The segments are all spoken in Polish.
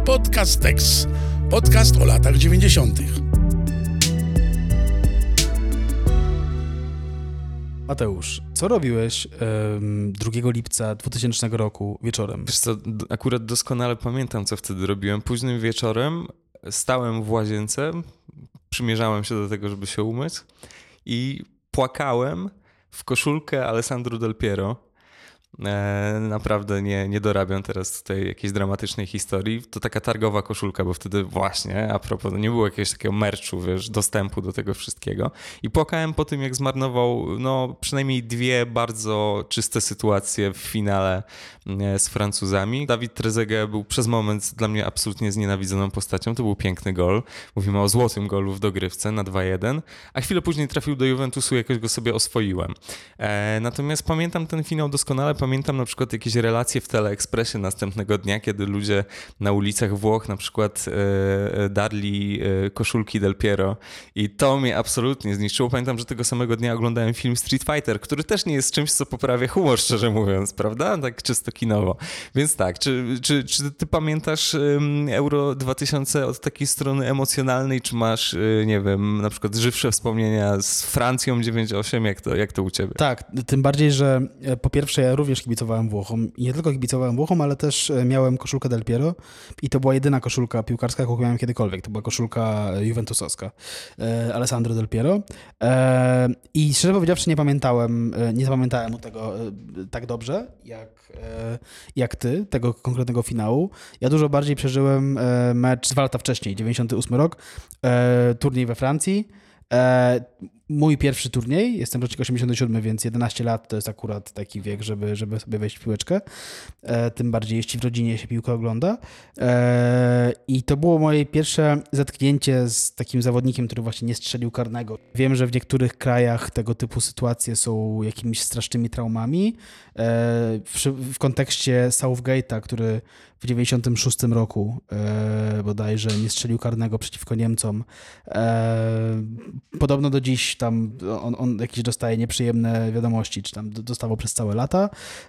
Podcastex. Podcast o latach 90. Mateusz, co robiłeś 2 lipca 2000 roku wieczorem? Wiesz co, akurat doskonale pamiętam, co wtedy robiłem. Późnym wieczorem stałem w łazience, przymierzałem się do tego, żeby się umyć i płakałem w koszulkę Alessandro Del Piero. Naprawdę nie dorabiam teraz tutaj jakiejś dramatycznej historii. To taka targowa koszulka, bo wtedy właśnie, a propos, nie było jakiegoś takiego merchu, wiesz, dostępu do tego wszystkiego. I płakałem po tym, jak zmarnował przynajmniej 2 bardzo czyste sytuacje w finale z Francuzami. Dawid Trezeguet był przez moment dla mnie absolutnie znienawidzoną postacią. To był piękny gol. Mówimy o złotym golu w dogrywce na 2-1, a chwilę później trafił do Juventusu i jakoś go sobie oswoiłem. Natomiast pamiętam ten finał doskonale. Pamiętam na przykład jakieś relacje w Teleekspresie następnego dnia, kiedy ludzie na ulicach Włoch na przykład darli koszulki Del Piero i to mnie absolutnie zniszczyło. Pamiętam, że tego samego dnia oglądałem film Street Fighter, który też nie jest czymś, co poprawia humor, szczerze mówiąc, prawda? Tak czysto kinowo. Więc tak, czy ty pamiętasz Euro 2000 od takiej strony emocjonalnej, czy masz, nie wiem, na przykład żywsze wspomnienia z Francją 98? Jak to u ciebie? Tak, tym bardziej, że po pierwsze ja również kibicowałem Włochom. I nie tylko kibicowałem Włochom, ale też miałem koszulkę Del Piero i to była jedyna koszulka piłkarska, jaką miałem kiedykolwiek. To była koszulka juventusowska Alessandro Del Piero. I szczerze powiedziawszy nie zapamiętałem mu tego tak dobrze, jak ty, tego konkretnego finału. Ja dużo bardziej przeżyłem mecz 2 lata wcześniej, 98 rok, turniej we Francji. Mój pierwszy turniej, jestem rocznik 87, więc 11 lat to jest akurat taki wiek, żeby sobie wejść w piłeczkę. Tym bardziej, jeśli w rodzinie się piłkę ogląda. I to było moje pierwsze zetknięcie z takim zawodnikiem, który właśnie nie strzelił karnego. Wiem, że w niektórych krajach tego typu sytuacje są jakimiś strasznymi traumami. W kontekście Southgate'a, który w 96 roku bodajże nie strzelił karnego przeciwko Niemcom. Podobno do dziś tam on jakieś dostaje nieprzyjemne wiadomości, czy tam dostawał przez całe lata.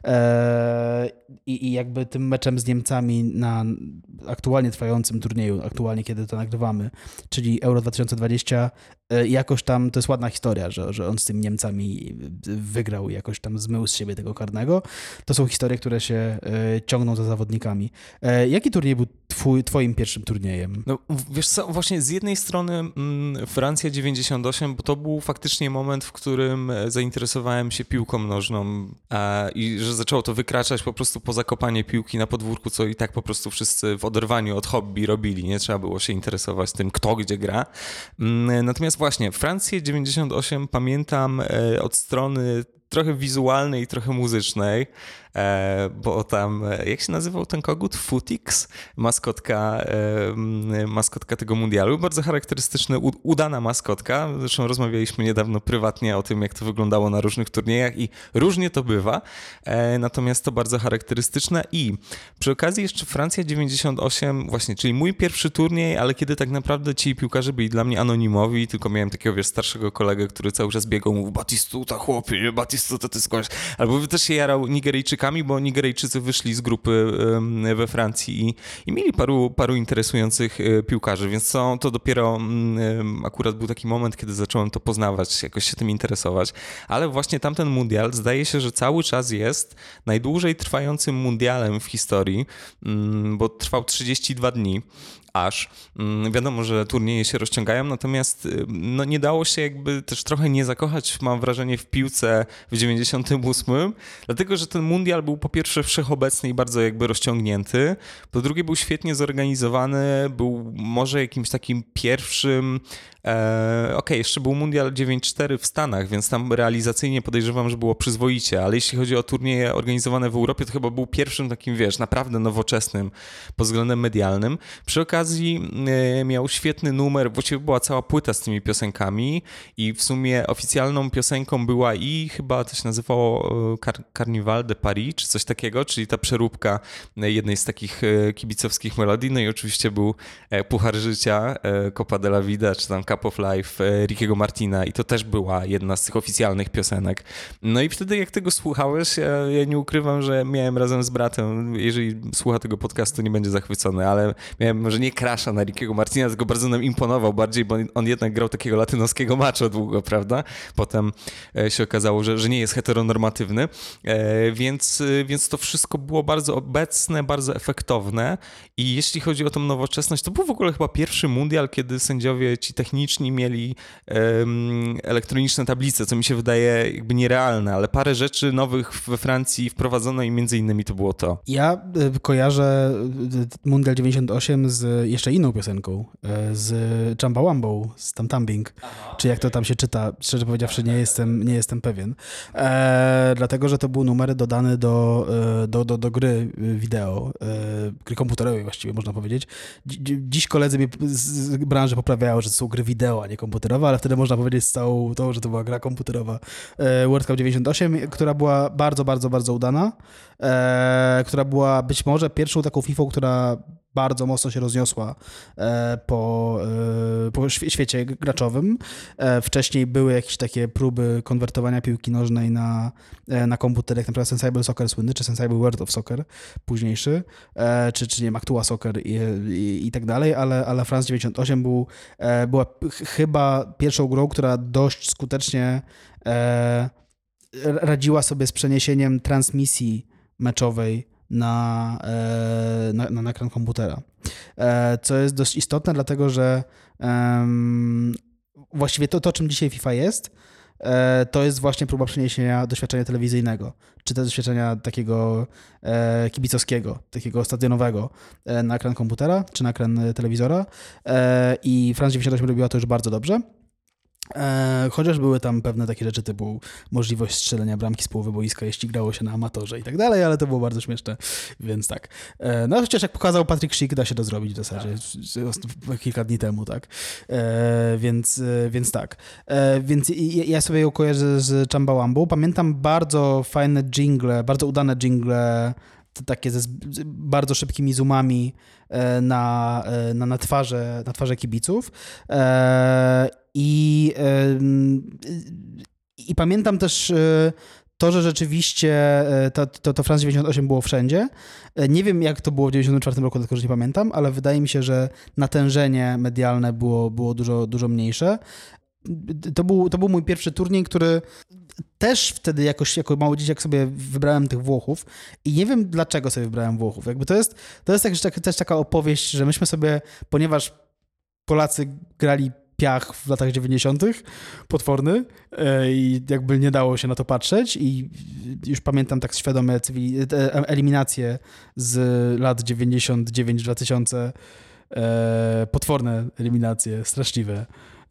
I jakby tym meczem z Niemcami na aktualnie trwającym turnieju, aktualnie kiedy to nagrywamy, czyli Euro 2020, jakoś tam, to jest ładna historia, że on z tymi Niemcami wygrał i jakoś tam zmył z siebie tego karnego. To są historie, które się ciągną za zawodnikami. Jaki turniej był twoim pierwszym turniejem? No wiesz co, właśnie z jednej strony Francja 98, bo to był faktycznie moment, w którym zainteresowałem się piłką nożną i że zaczęło to wykraczać po prostu poza kopanie piłki na podwórku, co i tak po prostu wszyscy w oderwaniu od hobby robili, nie trzeba było się interesować tym, kto gdzie gra. Natomiast właśnie Francję 98 pamiętam od strony trochę wizualnej i trochę muzycznej, bo tam, jak się nazywał ten kogut? Futix, maskotka tego mundialu. Bardzo charakterystyczna, udana maskotka. Zresztą rozmawialiśmy niedawno prywatnie o tym, jak to wyglądało na różnych turniejach i różnie to bywa. Natomiast to bardzo charakterystyczne i przy okazji jeszcze Francja 98 właśnie, czyli mój pierwszy turniej, ale kiedy tak naprawdę ci piłkarze byli dla mnie anonimowi, tylko miałem takiego, starszego kolegę, który cały czas biegał, mówił: Batistuta, chłopie, Batistuta, to jest kogoś. Albo też się jarał Nigeryjczykami, bo Nigeryjczycy wyszli z grupy we Francji i mieli paru interesujących piłkarzy, więc to dopiero akurat był taki moment, kiedy zacząłem to poznawać, jakoś się tym interesować. Ale właśnie tamten mundial zdaje się, że cały czas jest najdłużej trwającym mundialem w historii, bo trwał 32 dni. Aż. Wiadomo, że turnieje się rozciągają, natomiast nie dało się jakby też trochę nie zakochać, mam wrażenie, w piłce w 98, dlatego, że ten mundial był po pierwsze wszechobecny i bardzo jakby rozciągnięty, po drugie był świetnie zorganizowany, był może jakimś takim pierwszym jeszcze był Mundial 9-4 w Stanach, więc tam realizacyjnie podejrzewam, że było przyzwoicie, ale jeśli chodzi o turnieje organizowane w Europie, to chyba był pierwszym takim, naprawdę nowoczesnym pod względem medialnym. Przy okazji okazji miał świetny numer, właściwie była cała płyta z tymi piosenkami i w sumie oficjalną piosenką była i chyba to się nazywało Carnival de Paris, czy coś takiego, czyli ta przeróbka jednej z takich kibicowskich melodii. No i oczywiście był Puchar Życia, Copa de la Vida, czy tam Cup of Life Rickiego Martina i to też była jedna z tych oficjalnych piosenek. No i wtedy jak tego słuchałeś, ja nie ukrywam, że miałem razem z bratem, jeżeli słucha tego podcastu, nie będzie zachwycony, ale miałem może nie crusha na Rickiego Martina, tylko bardzo nam imponował bardziej, bo on jednak grał takiego latynoskiego macho długo, prawda? Potem się okazało, że nie jest heteronormatywny, więc to wszystko było bardzo obecne, bardzo efektowne i jeśli chodzi o tą nowoczesność, to był w ogóle chyba pierwszy mundial, kiedy sędziowie ci techniczni mieli elektroniczne tablice, co mi się wydaje jakby nierealne, ale parę rzeczy nowych we Francji wprowadzono i między innymi to było to. Ja kojarzę Mundial 98 z jeszcze inną piosenką, z Chumbawambą, z Tamtambing, czy jak to tam się czyta, szczerze powiedziawszy nie jestem pewien. Dlatego, że to był numer dodany do gry wideo, gry komputerowej właściwie można powiedzieć. Dziś koledzy mnie z branży poprawiają, że to są gry wideo, a nie komputerowe, ale wtedy można powiedzieć z całą to, że to była gra komputerowa. World Cup 98, która była bardzo, bardzo, bardzo udana, która była być może pierwszą taką FIFA, która bardzo mocno się rozniosła po świecie graczowym. Wcześniej były jakieś takie próby konwertowania piłki nożnej na komputer, jak na przykład Sensible Soccer słynny, czy Sensible World of Soccer późniejszy, czy nie wiem, Actua Soccer i tak dalej, ale France 98 była chyba pierwszą grą, która dość skutecznie radziła sobie z przeniesieniem transmisji meczowej na ekran komputera. Co jest dość istotne, dlatego że właściwie to, czym dzisiaj FIFA jest, to jest właśnie próba przeniesienia doświadczenia telewizyjnego, czy też doświadczenia takiego kibicowskiego, takiego stadionowego na ekran komputera, czy na ekran telewizora. I France 98 robiła to już bardzo dobrze. Chociaż były tam pewne takie rzeczy typu możliwość strzelenia bramki z połowy boiska, jeśli grało się na amatorze i tak dalej, ale to było bardzo śmieszne, więc tak. No chociaż jak pokazał Patrick Schick, da się to zrobić w zasadzie kilka dni temu, tak. Więc tak. Więc ja sobie ją kojarzę z Chumbawambą. Pamiętam bardzo fajne dżingle, bardzo udane dżingle, takie ze bardzo szybkimi zoomami na twarze kibiców. I pamiętam też to, że rzeczywiście to France 98 było wszędzie. Nie wiem, jak to było w 94 roku, tylko że nie pamiętam, ale wydaje mi się, że natężenie medialne było dużo mniejsze. To był mój pierwszy turniej, który też wtedy jakoś jako mały dzieciak sobie wybrałem tych Włochów i nie wiem, dlaczego sobie wybrałem Włochów. Jakby to jest też taka opowieść, że myśmy sobie, ponieważ Polacy grali piach w latach 90. potworny i jakby nie dało się na to patrzeć i już pamiętam tak świadome eliminacje z lat 99-2000, potworne eliminacje, straszliwe.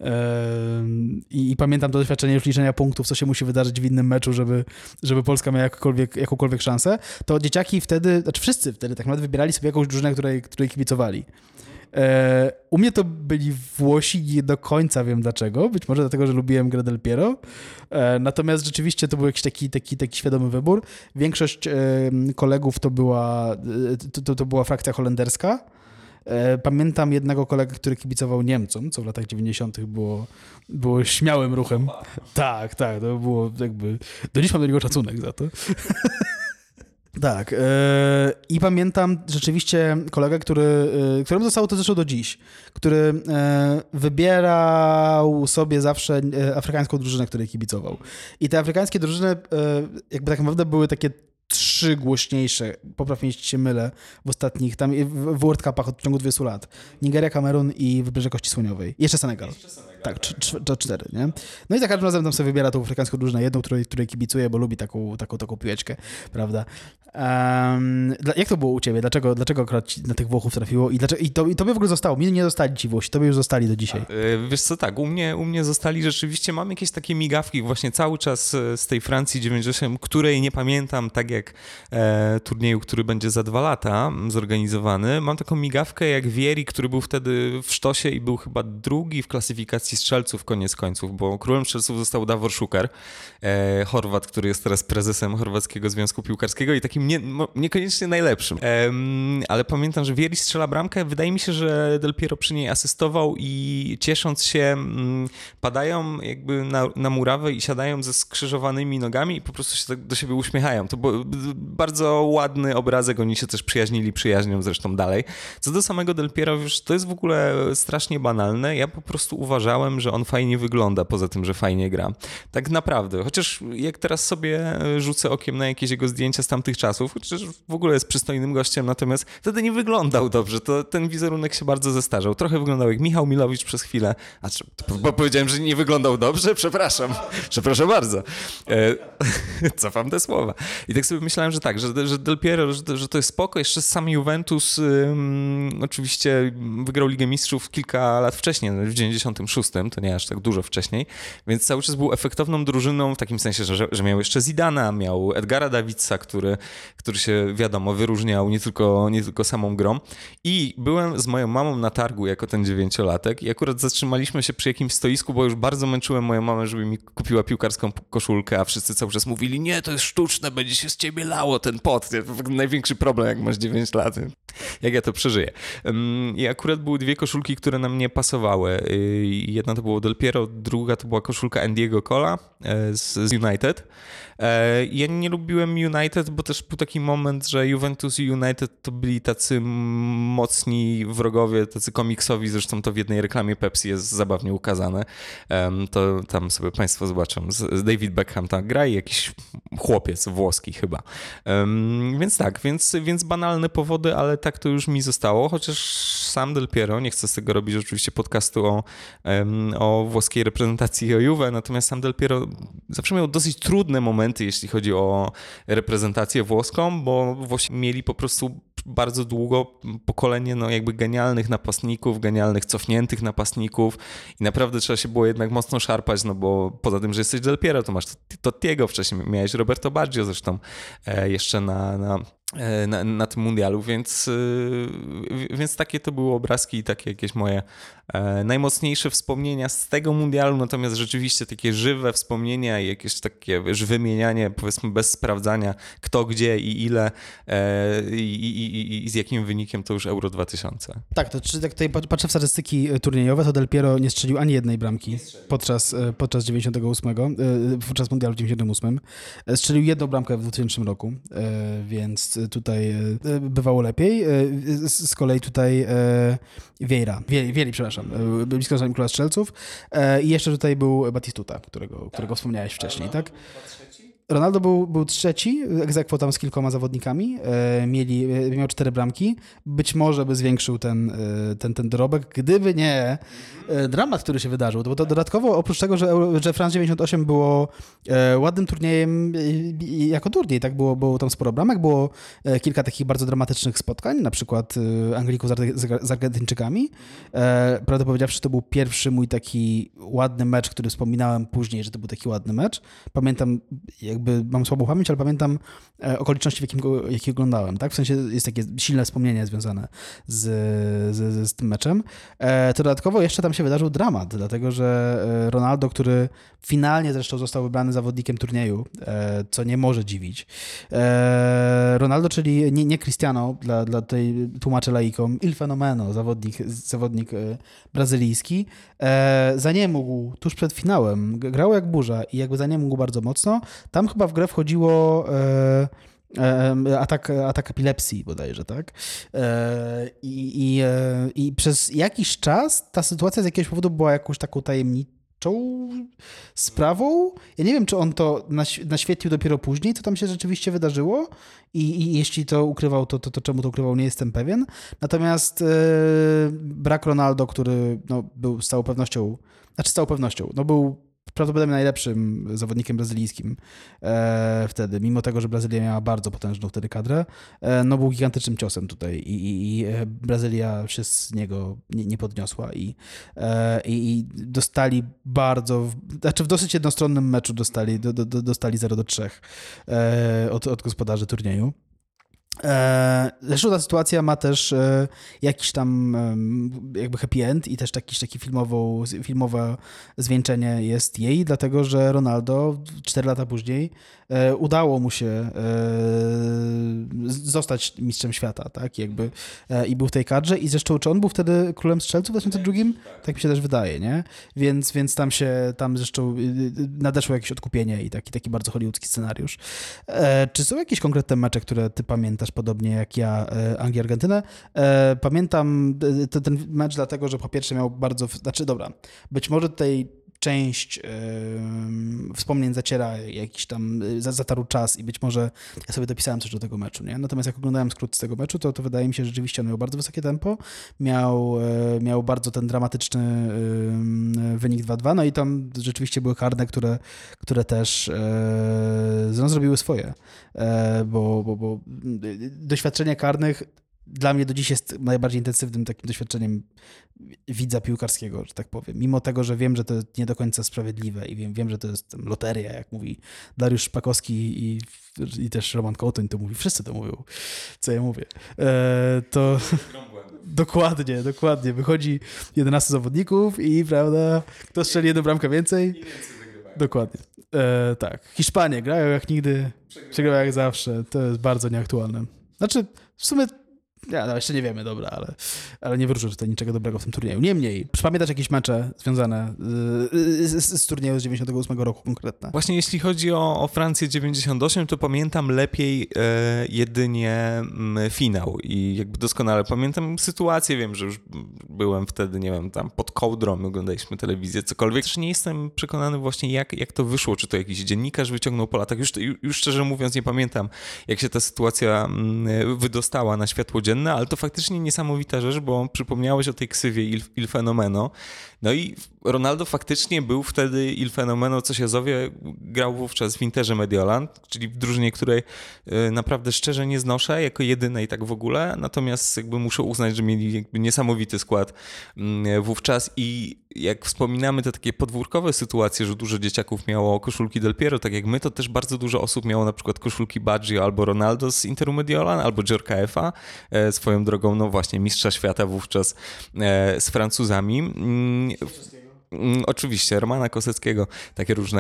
I pamiętam to doświadczenie już liczenia punktów, co się musi wydarzyć w innym meczu, żeby Polska miała jakąkolwiek szansę. To dzieciaki wtedy, znaczy wszyscy wtedy tak naprawdę wybierali sobie jakąś drużynę, której kibicowali. U mnie to byli Włosi, nie do końca wiem dlaczego, być może dlatego, że lubiłem grę Del Piero, natomiast rzeczywiście to był jakiś taki świadomy wybór. Większość kolegów to była frakcja holenderska. Pamiętam jednego kolegę, który kibicował Niemcom, co w latach 90. było śmiałym ruchem. Tak, to było jakby... Do dziś mam do niego szacunek za to. Tak. I pamiętam rzeczywiście kolegę, któremu zostało to zresztą do dziś, który wybierał sobie zawsze afrykańską drużynę, której kibicował. I te afrykańskie drużyny jakby tak naprawdę były takie 3 głośniejsze, poprawnie jeśli się mylę, w ostatnich, tam w World Cupach od ciągu 20 lat. Nigeria, Kamerun i Wybrzeże Kości Słoniowej. Jeszcze Senegal. Tak, to 4, nie? No i za każdym razem tam sobie wybiera tą afrykańską drużynę, jedną, której kibicuje, bo lubi taką piłeczkę, prawda? Jak to było u ciebie? Dlaczego akurat na tych Włochów trafiło? I tobie w ogóle zostało? Mnie nie zostali ci Włosi, tobie już zostali do dzisiaj. Wiesz co, tak, u mnie zostali rzeczywiście, mam jakieś takie migawki właśnie cały czas z tej Francji 98, której nie pamiętam tak jak turnieju, który będzie za 2 lata zorganizowany. Mam taką migawkę jak Vieri, który był wtedy w sztosie i był chyba drugi w klasyfikacji strzelców koniec końców, bo królem strzelców został Davor Šuker, Chorwat, który jest teraz prezesem Chorwackiego Związku Piłkarskiego i takim niekoniecznie najlepszym. Ale pamiętam, że Vieri strzela bramkę. Wydaje mi się, że Del Piero przy niej asystował i ciesząc się padają jakby na murawę i siadają ze skrzyżowanymi nogami i po prostu się tak do siebie uśmiechają. To był bardzo ładny obrazek, oni się też przyjaźnią zresztą dalej. Co do samego Del Piero, już to jest w ogóle strasznie banalne. Ja po prostu uważałem, że on fajnie wygląda, poza tym, że fajnie gra. Tak naprawdę. Chociaż jak teraz sobie rzucę okiem na jakieś jego zdjęcia z tamtych czasów, chociaż w ogóle jest przystojnym gościem, natomiast wtedy nie wyglądał dobrze. Ten wizerunek się bardzo zestarzał. Trochę wyglądał jak Michał Milowicz przez chwilę. Bo powiedziałem, że nie wyglądał dobrze? Przepraszam bardzo. Cofam te słowa. I tak sobie myślałem, że tak, że Del Piero, że to jest spoko. Jeszcze sam Juventus oczywiście wygrał Ligę Mistrzów kilka lat wcześniej, w 96, to nie aż tak dużo wcześniej, więc cały czas był efektowną drużyną w takim sensie, że miał jeszcze Zidana, miał Edgara Davidsa, który się wiadomo wyróżniał nie tylko samą grą. I byłem z moją mamą na targu jako ten 9-latek i akurat zatrzymaliśmy się przy jakimś stoisku, bo już bardzo męczyłem moją mamę, żeby mi kupiła piłkarską koszulkę, a wszyscy cały czas mówili, nie, to jest sztuczne, będzie się z ciebie lało ten pot. Największy problem, jak masz 9 lat. Jak ja to przeżyję. I akurat były 2 koszulki, które nam nie pasowały. Jedna to było Del Piero, druga to była koszulka Andiego Cola z United. Ja nie lubiłem United, bo też był taki moment, że Juventus i United to byli tacy mocni wrogowie, tacy komiksowi, zresztą to w jednej reklamie Pepsi jest zabawnie ukazane. To tam sobie państwo zobaczą. David Beckham tam gra i jakiś chłopiec włoski chyba. Więc tak, więc banalne powody, ale tak to już mi zostało, chociaż sam Del Piero, nie chcę z tego robić oczywiście podcastu o włoskiej reprezentacji i o Juve, natomiast sam Del Piero zawsze miał dosyć trudne momenty, jeśli chodzi o reprezentację włoską, bo Włosi mieli po prostu bardzo długo pokolenie jakby genialnych napastników, genialnych cofniętych napastników i naprawdę trzeba się było jednak mocno szarpać, no bo poza tym, że jesteś Del Piero, to masz Tottiego, wcześniej miałeś Roberto Baggio zresztą jeszcze na tym mundialu, więc takie to były obrazki i takie jakieś moje najmocniejsze wspomnienia z tego mundialu, natomiast rzeczywiście takie żywe wspomnienia i jakieś takie wymienianie, powiedzmy bez sprawdzania kto, gdzie i ile i z jakim wynikiem, to już Euro 2000. Tak, to czy jak tutaj patrzę w statystyki turniejowe, to Del Piero nie strzelił ani jednej bramki podczas 98, podczas mundialu w 98. Strzelił 1 bramkę w 2000 roku, więc tutaj bywało lepiej. Z kolei tutaj Vieri, przepraszam, blisko Króla Strzelców. I jeszcze tutaj był Batistuta, którego wspomniałeś wcześniej, tak? Ronaldo był trzeci, ex aequo tam z kilkoma zawodnikami. Miał 4 bramki. Być może by zwiększył ten dorobek, gdyby nie dramat, który się wydarzył. Bo to dodatkowo, oprócz tego, że France 98 było ładnym turniejem jako turniej, tak? Było tam sporo bramek, było kilka takich bardzo dramatycznych spotkań, na przykład Anglików z Argentyńczykami. Prawdę powiedziawszy, to był pierwszy mój taki ładny mecz, który wspominałem później, że to był taki ładny mecz. Pamiętam, jakby mam słabą pamięć, ale pamiętam okoliczności, jakie oglądałem, tak? W sensie jest takie silne wspomnienie związane z tym meczem. To dodatkowo jeszcze tam się wydarzył dramat, dlatego że Ronaldo, który finalnie zresztą został wybrany zawodnikiem turnieju, co nie może dziwić. Ronaldo, czyli nie Cristiano, dla tej tłumaczę laikom, Il Fenomeno, zawodnik brazylijski, zaniemógł tuż przed finałem, grał jak burza i jakby zaniemógł bardzo mocno. Tam chyba w grę wchodziło atak epilepsji bodajże, tak? I przez jakiś czas ta sytuacja z jakiegoś powodu była jakąś taką tajemnicą sprawą. Ja nie wiem, czy on to naświetlił dopiero później, co tam się rzeczywiście wydarzyło i jeśli to ukrywał, to czemu to ukrywał, nie jestem pewien. Natomiast brak Ronaldo, który był z całą pewnością, był prawdopodobnie najlepszym zawodnikiem brazylijskim wtedy, mimo tego, że Brazylia miała bardzo potężną wtedy kadrę, no był gigantycznym ciosem tutaj i Brazylia się z niego nie podniosła i dostali znaczy w dosyć jednostronnym meczu dostali 0-3 od gospodarzy turnieju. Zresztą ta sytuacja ma też jakiś tam jakby happy end i też taki filmowe zwieńczenie jest jej, dlatego że Ronaldo 4 lata później udało mu się zostać mistrzem świata, tak, jakby i był w tej kadrze i zresztą czy on był wtedy królem strzelców w 2002? Tak mi się też wydaje, nie? Więc tam zresztą nadeszło jakieś odkupienie i taki bardzo hollywoodzki scenariusz. Czy są jakieś konkretne mecze, które ty pamiętasz podobnie jak ja, Anglię-Argentynę? Pamiętam ten mecz dlatego, że po pierwsze miał być może tutaj część wspomnień zaciera jakiś tam, zatarł czas i być może ja sobie dopisałem coś do tego meczu, nie? Natomiast jak oglądałem skrót z tego meczu, to wydaje mi się, że rzeczywiście on miał bardzo wysokie tempo, miał bardzo ten dramatyczny wynik 2-2, no i tam rzeczywiście były karne, które też zrobiły swoje, bo doświadczenie karnych dla mnie do dziś jest najbardziej intensywnym takim doświadczeniem widza piłkarskiego, że tak powiem. Mimo tego, że wiem, że to jest nie do końca sprawiedliwe i wiem, że to jest loteria, jak mówi Dariusz Szpakowski i też Roman Kołtoń to mówi, wszyscy to mówią, co ja mówię. To dokładnie. Wychodzi 11 zawodników i prawda, kto strzeli jedną bramkę więcej? Dokładnie. Tak. Hiszpanie grają jak nigdy, przegrywają jak zawsze. To jest bardzo nieaktualne. Znaczy, w sumie jeszcze nie wiemy, dobra, ale nie wróżę tutaj niczego dobrego w tym turnieju. Niemniej, pamiętasz jakieś mecze związane z turnieju z 98 roku konkretne? Właśnie jeśli chodzi o Francję 98, to pamiętam lepiej jedynie finał i jakby doskonale pamiętam sytuację, wiem, że już byłem wtedy, nie wiem, tam pod kołdrą, oglądaliśmy telewizję, cokolwiek. Też nie jestem przekonany właśnie jak to wyszło, czy to jakiś dziennikarz wyciągnął po latach. Już szczerze mówiąc nie pamiętam, jak się ta sytuacja wydostała na światło dzienne, ale to faktycznie niesamowita rzecz, bo przypomniałeś o tej ksywie Il Fenomeno. No i Ronaldo faktycznie był wtedy Il Fenomeno, co się zowie, grał wówczas w Interze Mediolan, czyli w drużynie, której naprawdę szczerze nie znoszę, jako jedynej tak w ogóle, natomiast jakby muszę uznać, że mieli jakby niesamowity skład wówczas i jak wspominamy te takie podwórkowe sytuacje, że dużo dzieciaków miało koszulki Del Piero, tak jak my, to też bardzo dużo osób miało na przykład koszulki Baggio albo Ronaldo z Interu Mediolan, albo Djorkaeffa, swoją drogą, no właśnie, mistrza świata wówczas z Francuzami. Oczywiście, Romana Koseckiego, takie różne.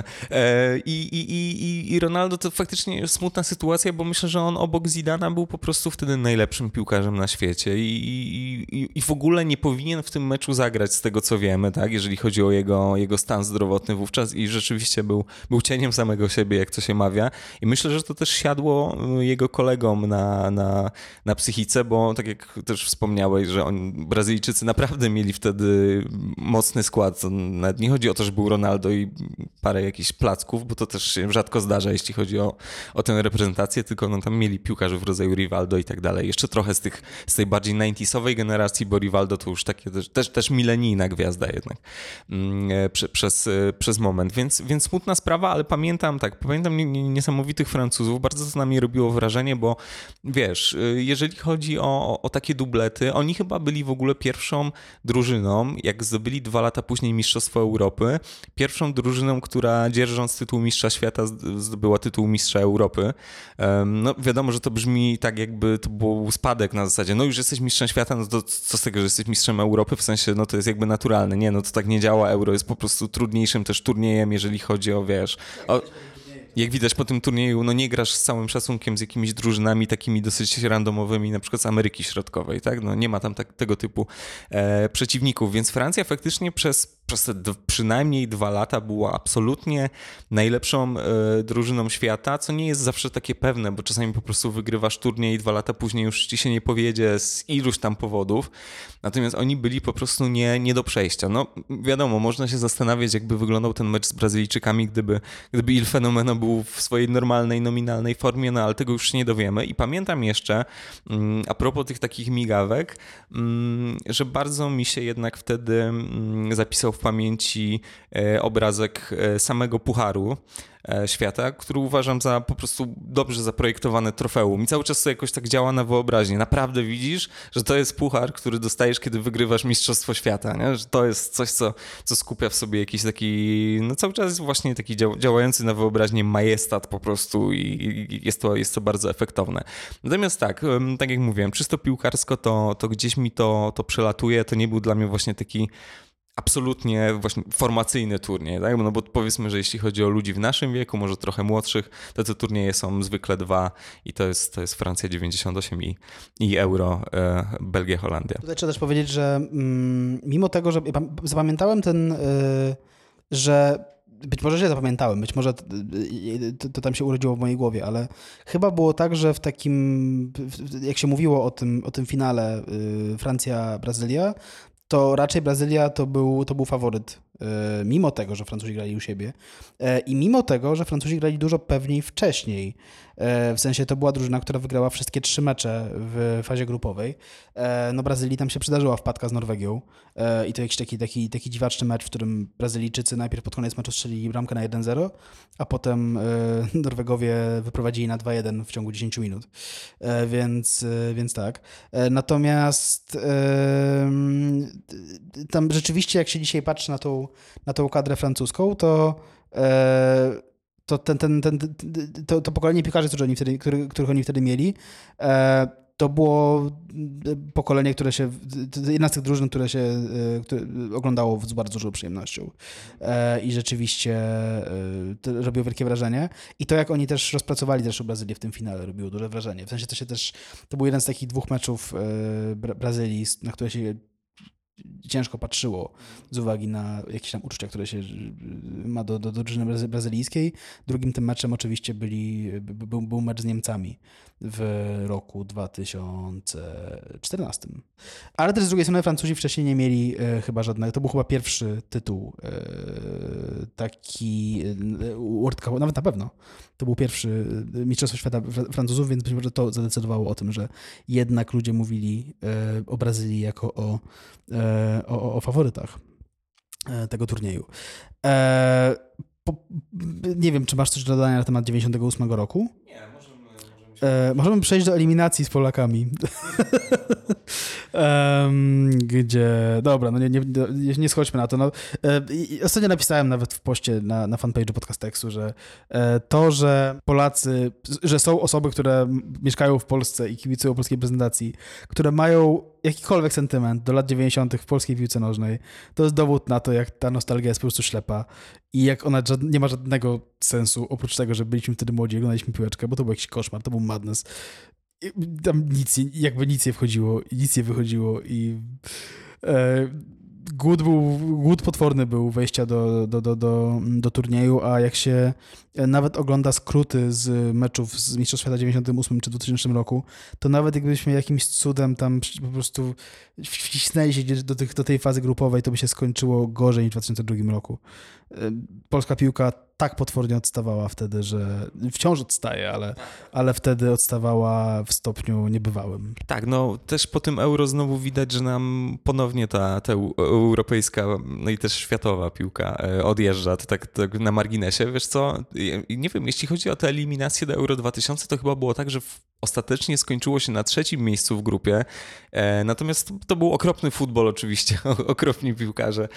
I Ronaldo to faktycznie smutna sytuacja, bo myślę, że on obok Zidana był po prostu wtedy najlepszym piłkarzem na świecie i w ogóle nie powinien w tym meczu zagrać z tego, co wiemy, tak, jeżeli chodzi o jego stan zdrowotny wówczas i rzeczywiście był cieniem samego siebie, jak to się mawia i myślę, że to też siadło jego kolegom na psychice, bo tak jak też wspomniałeś, że Brazylijczycy naprawdę mieli wtedy mocny skład. Nawet nie chodzi o to, że był Ronaldo i parę jakichś placków, bo to też się rzadko zdarza, jeśli chodzi o tę reprezentację, tylko no, tam mieli piłkarzy w rodzaju Rivaldo i tak dalej. Jeszcze trochę z tej bardziej 90sowej generacji, bo Rivaldo to już takie też milenijna gwiazda jednak przez moment. Więc smutna sprawa, ale pamiętam niesamowitych Francuzów. Bardzo to na mnie robiło wrażenie, bo wiesz, jeżeli chodzi o takie dublety, oni chyba byli w ogóle pierwszą drużyną, jak zdobyli 2 lata później Mistrzostwo Europy, pierwszą drużyną, która dzierżąc tytuł mistrza świata zdobyła tytuł mistrza Europy. No wiadomo, że to brzmi tak jakby to był spadek na zasadzie, no już jesteś mistrzem świata, no to co z tego, że jesteś mistrzem Europy, w sensie no to jest jakby naturalne. Nie, no to tak nie działa, Euro jest po prostu trudniejszym też turniejem, jeżeli chodzi o, wiesz... Jak widać po tym turnieju, no nie grasz z całym szacunkiem z jakimiś drużynami takimi dosyć randomowymi, na przykład z Ameryki Środkowej, tak? No nie ma tam tego typu przeciwników, więc Francja faktycznie przez te przynajmniej 2 lata była absolutnie najlepszą drużyną świata, co nie jest zawsze takie pewne, bo czasami po prostu wygrywasz turniej i 2 lata później już ci się nie powiedzie z iluś tam powodów, natomiast oni byli po prostu nie do przejścia. No wiadomo, można się zastanawiać, jakby wyglądał ten mecz z Brazylijczykami, gdyby Il Fenomeno był w swojej normalnej, nominalnej formie, no ale tego już się nie dowiemy. I pamiętam jeszcze, a propos tych takich migawek, że bardzo mi się jednak wtedy zapisał w pamięci obrazek samego Pucharu Świata, który uważam za po prostu dobrze zaprojektowane trofeum. I cały czas to jakoś tak działa na wyobraźnię. Naprawdę widzisz, że to jest puchar, który dostajesz, kiedy wygrywasz Mistrzostwo Świata, nie? Że to jest coś, co skupia w sobie jakiś taki, no cały czas właśnie taki działający na wyobraźnię majestat po prostu i jest to bardzo efektowne. Natomiast tak jak mówiłem, czysto piłkarsko to gdzieś mi to przelatuje. To nie był dla mnie właśnie taki absolutnie właśnie formacyjny turniej, tak? No bo powiedzmy, że jeśli chodzi o ludzi w naszym wieku, może trochę młodszych, to te turnieje są zwykle dwa i to jest Francja 98 i Euro, Belgia, Holandia. Tutaj trzeba też powiedzieć, że mimo tego, że zapamiętałem że być może się zapamiętałem, być może to tam się urodziło w mojej głowie, ale chyba było tak, że w takim, jak się mówiło o tym finale Francja-Brazylia, to raczej Brazylia to był faworyt, mimo tego, że Francuzi grali u siebie i mimo tego, że Francuzi grali dużo pewniej wcześniej. W sensie to była drużyna, która wygrała wszystkie 3 mecze w fazie grupowej. No Brazylii tam się przydarzyła wpadka z Norwegią i to jakiś taki dziwaczny mecz, w którym Brazylijczycy najpierw pod koniec meczu strzelili bramkę na 1-0, a potem Norwegowie wyprowadzili na 2-1 w ciągu 10 minut. Więc tak. Natomiast tam rzeczywiście, jak się dzisiaj patrzy na tą kadrę francuską, to pokolenie piłkarzy, których oni wtedy mieli, to było pokolenie, jedna z tych drużyn, które oglądało z bardzo dużą przyjemnością. I rzeczywiście to robiło wielkie wrażenie. I to, jak oni też rozpracowali zresztą Brazylię w tym finale, robiło duże wrażenie. W sensie to był jeden z takich 2 meczów Brazylii, na które się ciężko patrzyło z uwagi na jakieś tam uczucia, które się ma do drużyny brazylijskiej. Drugim tym meczem oczywiście był mecz z Niemcami w roku 2014. Ale też z drugiej strony Francuzi wcześniej nie mieli chyba żadnego, to był chyba pierwszy tytuł taki World Cup, nawet na pewno. To był pierwszy Mistrzostwo Świata Francuzów, więc być może to zadecydowało o tym, że jednak ludzie mówili o Brazylii jako o faworytach tego turnieju. Nie wiem, czy masz coś do dodania na temat 98 roku? Nie, możemy Możemy przejść do eliminacji z Polakami. Gdzie... Dobra, no nie schodźmy na to. No, ostatnio napisałem nawet w poście na fanpage'u Podcasteksu, że to, że Polacy, że są osoby, które mieszkają w Polsce i kibicują polskiej prezentacji, które mają jakikolwiek sentyment do lat 90. w polskiej piłce nożnej, to jest dowód na to, jak ta nostalgia jest po prostu ślepa i jak ona nie ma żadnego sensu, oprócz tego, że byliśmy wtedy młodzi, oglądaliśmy piłeczkę, bo to był jakiś koszmar, to był madness. Tam nic nie wchodziło, nic nie wychodziło i głód potworny był wejścia do turnieju, a jak się nawet ogląda skróty z meczów z Mistrzostw Świata w 98 czy 2000 roku, to nawet jakbyśmy jakimś cudem tam po prostu wcisnęli się do tej fazy grupowej, to by się skończyło gorzej niż w 2002 roku. Polska piłka tak potwornie odstawała wtedy, że wciąż odstaje, ale wtedy odstawała w stopniu niebywałym. Tak, no też po tym Euro znowu widać, że nam ponownie ta europejska, no i też światowa piłka odjeżdża, to tak na marginesie. Wiesz co, nie wiem, jeśli chodzi o te eliminacje do Euro 2000, to chyba było tak, że ostatecznie skończyło się na 3. miejscu w grupie, natomiast to był okropny futbol oczywiście, okropni piłkarze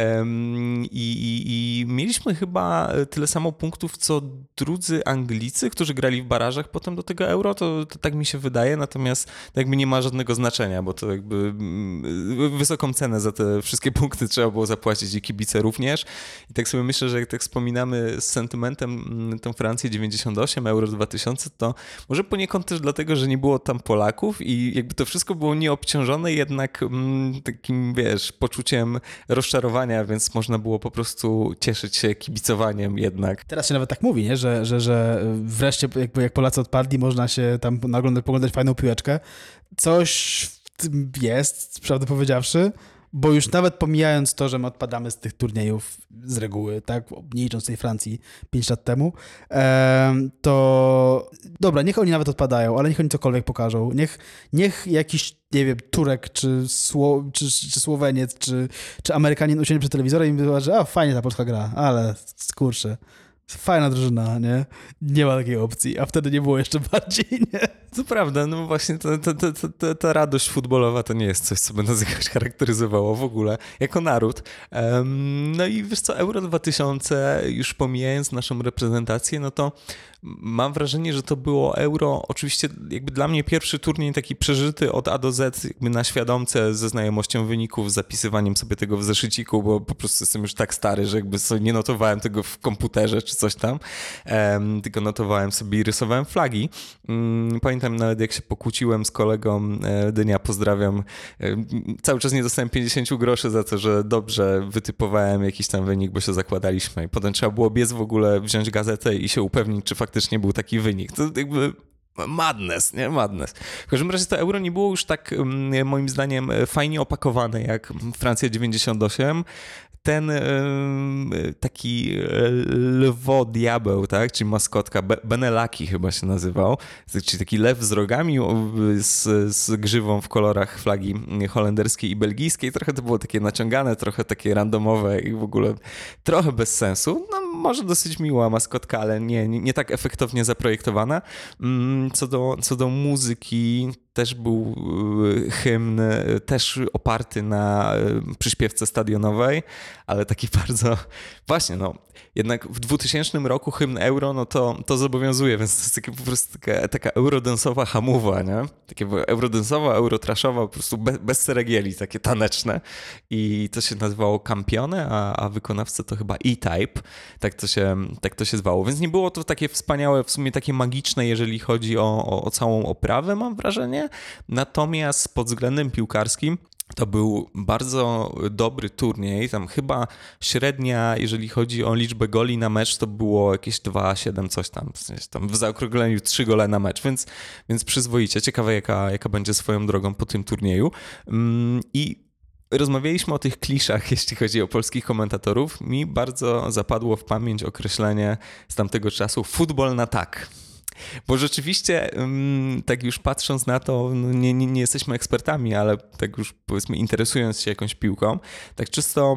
i mieliśmy chyba tyle samo punktów, co drudzy Anglicy, którzy grali w barażach potem do tego Euro, to tak mi się wydaje, natomiast to jakby nie ma żadnego znaczenia, bo to jakby wysoką cenę za te wszystkie punkty trzeba było zapłacić i kibice również. I tak sobie myślę, że jak tak wspominamy z sentymentem tę Francję 98, Euro 2000, to może poniekąd też dlatego, że nie było tam Polaków i jakby to wszystko było nieobciążone jednak takim, wiesz, poczuciem rozczarowania, więc można było po prostu cieszyć się kibicowaniem jednak. Teraz się nawet tak mówi, nie? Że wreszcie jakby jak Polacy odpadli, można się tam poglądać fajną piłeczkę. Coś w tym jest, prawdę powiedziawszy, bo już nawet pomijając to, że my odpadamy z tych turniejów z reguły, tak, nie licząc tej Francji 5 lat temu, to dobra, niech oni nawet odpadają, ale niech oni cokolwiek pokażą. Niech jakiś, nie wiem, Turek, czy Słoweniec, czy Amerykanin usiądzie przed telewizorem i mówi, że fajnie ta polska gra, ale kurczę, fajna drużyna, nie? Nie ma takiej opcji, a wtedy nie było jeszcze bardziej, nie? To prawda, no właśnie ta radość futbolowa to nie jest coś, co by nas jakoś charakteryzowało w ogóle jako naród. No i wiesz co, Euro 2000, już pomijając naszą reprezentację, no to mam wrażenie, że to było Euro, oczywiście jakby dla mnie pierwszy turniej taki przeżyty od A do Z, jakby na świadomce, ze znajomością wyników, zapisywaniem sobie tego w zeszyciku, bo po prostu jestem już tak stary, że jakby sobie nie notowałem tego w komputerze czy coś tam, tylko notowałem sobie i rysowałem flagi. Pamiętam nawet jak się pokłóciłem z kolegą, Dynia, pozdrawiam, cały czas nie dostałem 50 groszy za to, że dobrze wytypowałem jakiś tam wynik, bo się zakładaliśmy i potem trzeba było biec w ogóle, wziąć gazetę i się upewnić, czy faktycznie był taki wynik. To jakby madness, nie? Madness. W każdym razie to Euro nie było już tak, moim zdaniem, fajnie opakowane jak Francja 98. Ten taki lwo-diabeł, tak, czyli maskotka, Benelaki chyba się nazywał, czyli taki lew z rogami, z grzywą w kolorach flagi holenderskiej i belgijskiej. Trochę to było takie naciągane, trochę takie randomowe i w ogóle trochę bez sensu. No może dosyć miła maskotka, ale nie tak efektownie zaprojektowana. Co do muzyki, też był hymn, też oparty na przyśpiewce stadionowej, ale taki bardzo, właśnie no, jednak w 2000 roku hymn Euro, no to zobowiązuje, więc to jest takie, po prostu taka eurodensowa hamowa, nie? Takie eurodensowa, eurotraszowa, po prostu bez ceregieli, takie taneczne i to się nazywało Campione, a wykonawcy to chyba E-Type, tak to się zwało, więc nie było to takie wspaniałe, w sumie takie magiczne, jeżeli chodzi o całą oprawę, mam wrażenie, natomiast pod względem piłkarskim to był bardzo dobry turniej, tam chyba średnia, jeżeli chodzi o liczbę goli na mecz, to było jakieś 2,7 coś tam, w sensie tam w zaokrągleniu 3 gole na mecz, więc przyzwoicie. Ciekawe jaka będzie swoją drogą po tym turnieju. I rozmawialiśmy o tych kliszach, jeśli chodzi o polskich komentatorów. Mi bardzo zapadło w pamięć określenie z tamtego czasu futbol na tak. Bo rzeczywiście, tak już patrząc na to, no nie jesteśmy ekspertami, ale tak już powiedzmy interesując się jakąś piłką, tak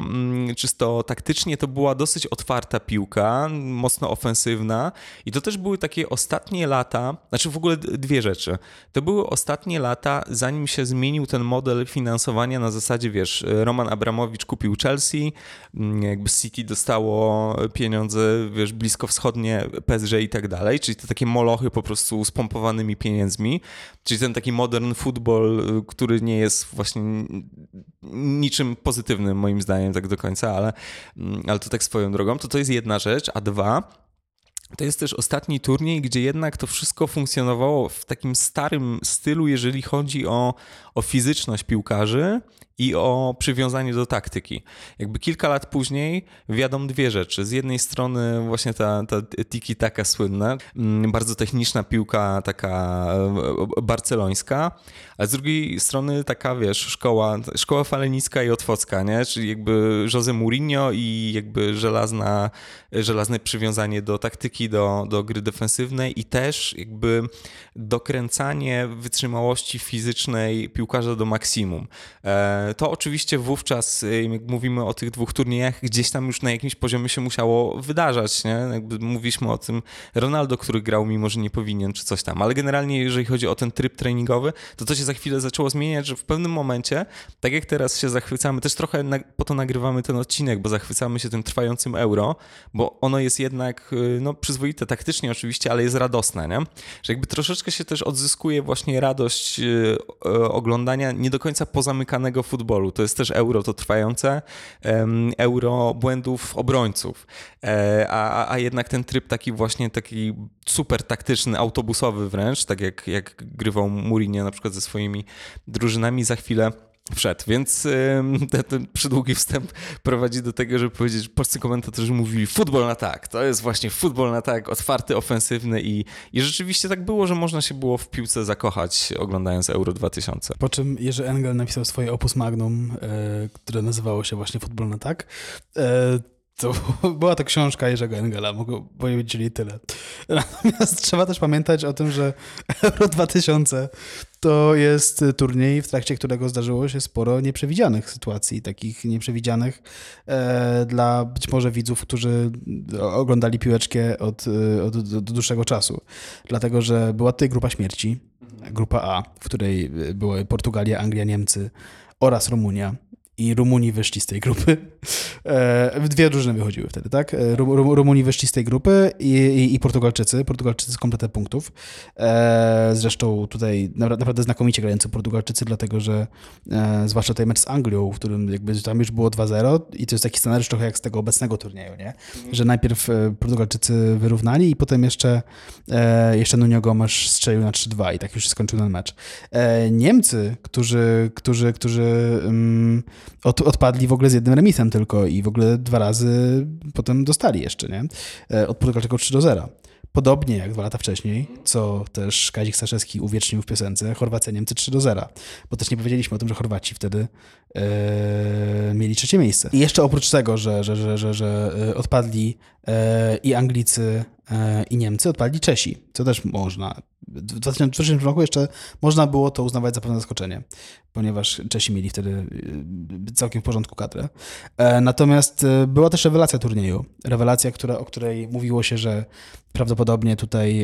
czysto taktycznie to była dosyć otwarta piłka, mocno ofensywna i to też były takie ostatnie lata, znaczy w ogóle dwie rzeczy. To były ostatnie lata, zanim się zmienił ten model finansowania na zasadzie, wiesz, Roman Abramowicz kupił Chelsea, jakby City dostało pieniądze, wiesz, bliskowschodnie, PSG i tak dalej, czyli to takie molochy po prostu z pompowanymi pieniędzmi, czyli ten taki modern football, który nie jest właśnie niczym pozytywnym moim zdaniem tak do końca, ale to tak swoją drogą, to jest jedna rzecz, a dwa, to jest też ostatni turniej, gdzie jednak to wszystko funkcjonowało w takim starym stylu, jeżeli chodzi o fizyczność piłkarzy i o przywiązanie do taktyki. Jakby kilka lat później wiadomo dwie rzeczy. Z jednej strony właśnie ta tiki-taka słynna, bardzo techniczna piłka taka barcelońska, a z drugiej strony taka, wiesz, szkoła falenicka i otwocka, nie? Czyli jakby Jose Mourinho i jakby żelazne przywiązanie do taktyki, do gry defensywnej i też jakby dokręcanie wytrzymałości fizycznej piłkarza do maksimum. To oczywiście wówczas, jak mówimy o tych dwóch turniejach, gdzieś tam już na jakimś poziomie się musiało wydarzać, nie? Jakby mówiliśmy o tym Ronaldo, który grał mimo, że nie powinien, czy coś tam, ale generalnie jeżeli chodzi o ten tryb treningowy, to się za chwilę zaczęło zmieniać, że w pewnym momencie, tak jak teraz się zachwycamy, też trochę po to nagrywamy ten odcinek, bo zachwycamy się tym trwającym Euro, bo ono jest jednak, no przyzwoite taktycznie oczywiście, ale jest radosne, nie? Że jakby troszeczkę się też odzyskuje właśnie radość oglądania nie do końca pozamykanego futbolu. To jest też Euro, to trwające Euro błędów obrońców, a jednak ten tryb taki super taktyczny, autobusowy wręcz, tak jak grywał Mourinho na przykład ze swoimi drużynami, za chwilę Wszedł, więc ten przydługi wstęp prowadzi do tego, żeby powiedzieć, że polscy komentatorzy mówili futbol na tak, to jest właśnie futbol na tak, otwarty, ofensywny i rzeczywiście tak było, że można się było w piłce zakochać oglądając Euro 2000. Po czym Jerzy Engel napisał swoje opus magnum, które nazywało się właśnie Futbol na tak. To była to książka Jerzego Engela, mogę powiedzieć tyle. Natomiast trzeba też pamiętać o tym, że Euro 2000 to jest turniej, w trakcie którego zdarzyło się sporo nieprzewidzianych sytuacji, takich nieprzewidzianych dla być może widzów, którzy oglądali piłeczkę od dłuższego czasu. Dlatego, że była tutaj grupa śmierci, grupa A, w której były Portugalia, Anglia, Niemcy oraz Rumunia. I Rumuni wyszli z tej grupy. Dwie drużyny wychodziły wtedy, tak? Rumuni wyszli z tej grupy i Portugalczycy. Portugalczycy z kompletem punktów. Zresztą tutaj naprawdę znakomicie grający Portugalczycy, dlatego że zwłaszcza tutaj mecz z Anglią, w którym jakby tam już było 2-0 i to jest taki scenariusz trochę jak z tego obecnego turnieju, nie? Że najpierw Portugalczycy wyrównali i potem jeszcze Nuno Gomes strzelił na 3-2 i tak już się skończył ten mecz. Niemcy, którzy odpadli w ogóle z jednym remisem tylko i w ogóle 2 razy potem dostali jeszcze, nie? Od Portugalczyków 3-0. Podobnie jak 2 lata wcześniej, co też Kazik Staszewski uwiecznił w piosence, Chorwacja-Niemcy 3-0. Bo też nie powiedzieliśmy o tym, że Chorwaci wtedy mieli 3. miejsce. I jeszcze oprócz tego, że odpadli i Anglicy, i Niemcy, odpadli Czesi, co też można. W 2003 roku jeszcze można było to uznawać za pewne zaskoczenie, ponieważ Czesi mieli wtedy całkiem w porządku kadrę. Natomiast była też rewelacja turnieju. Rewelacja, o której mówiło się, że prawdopodobnie tutaj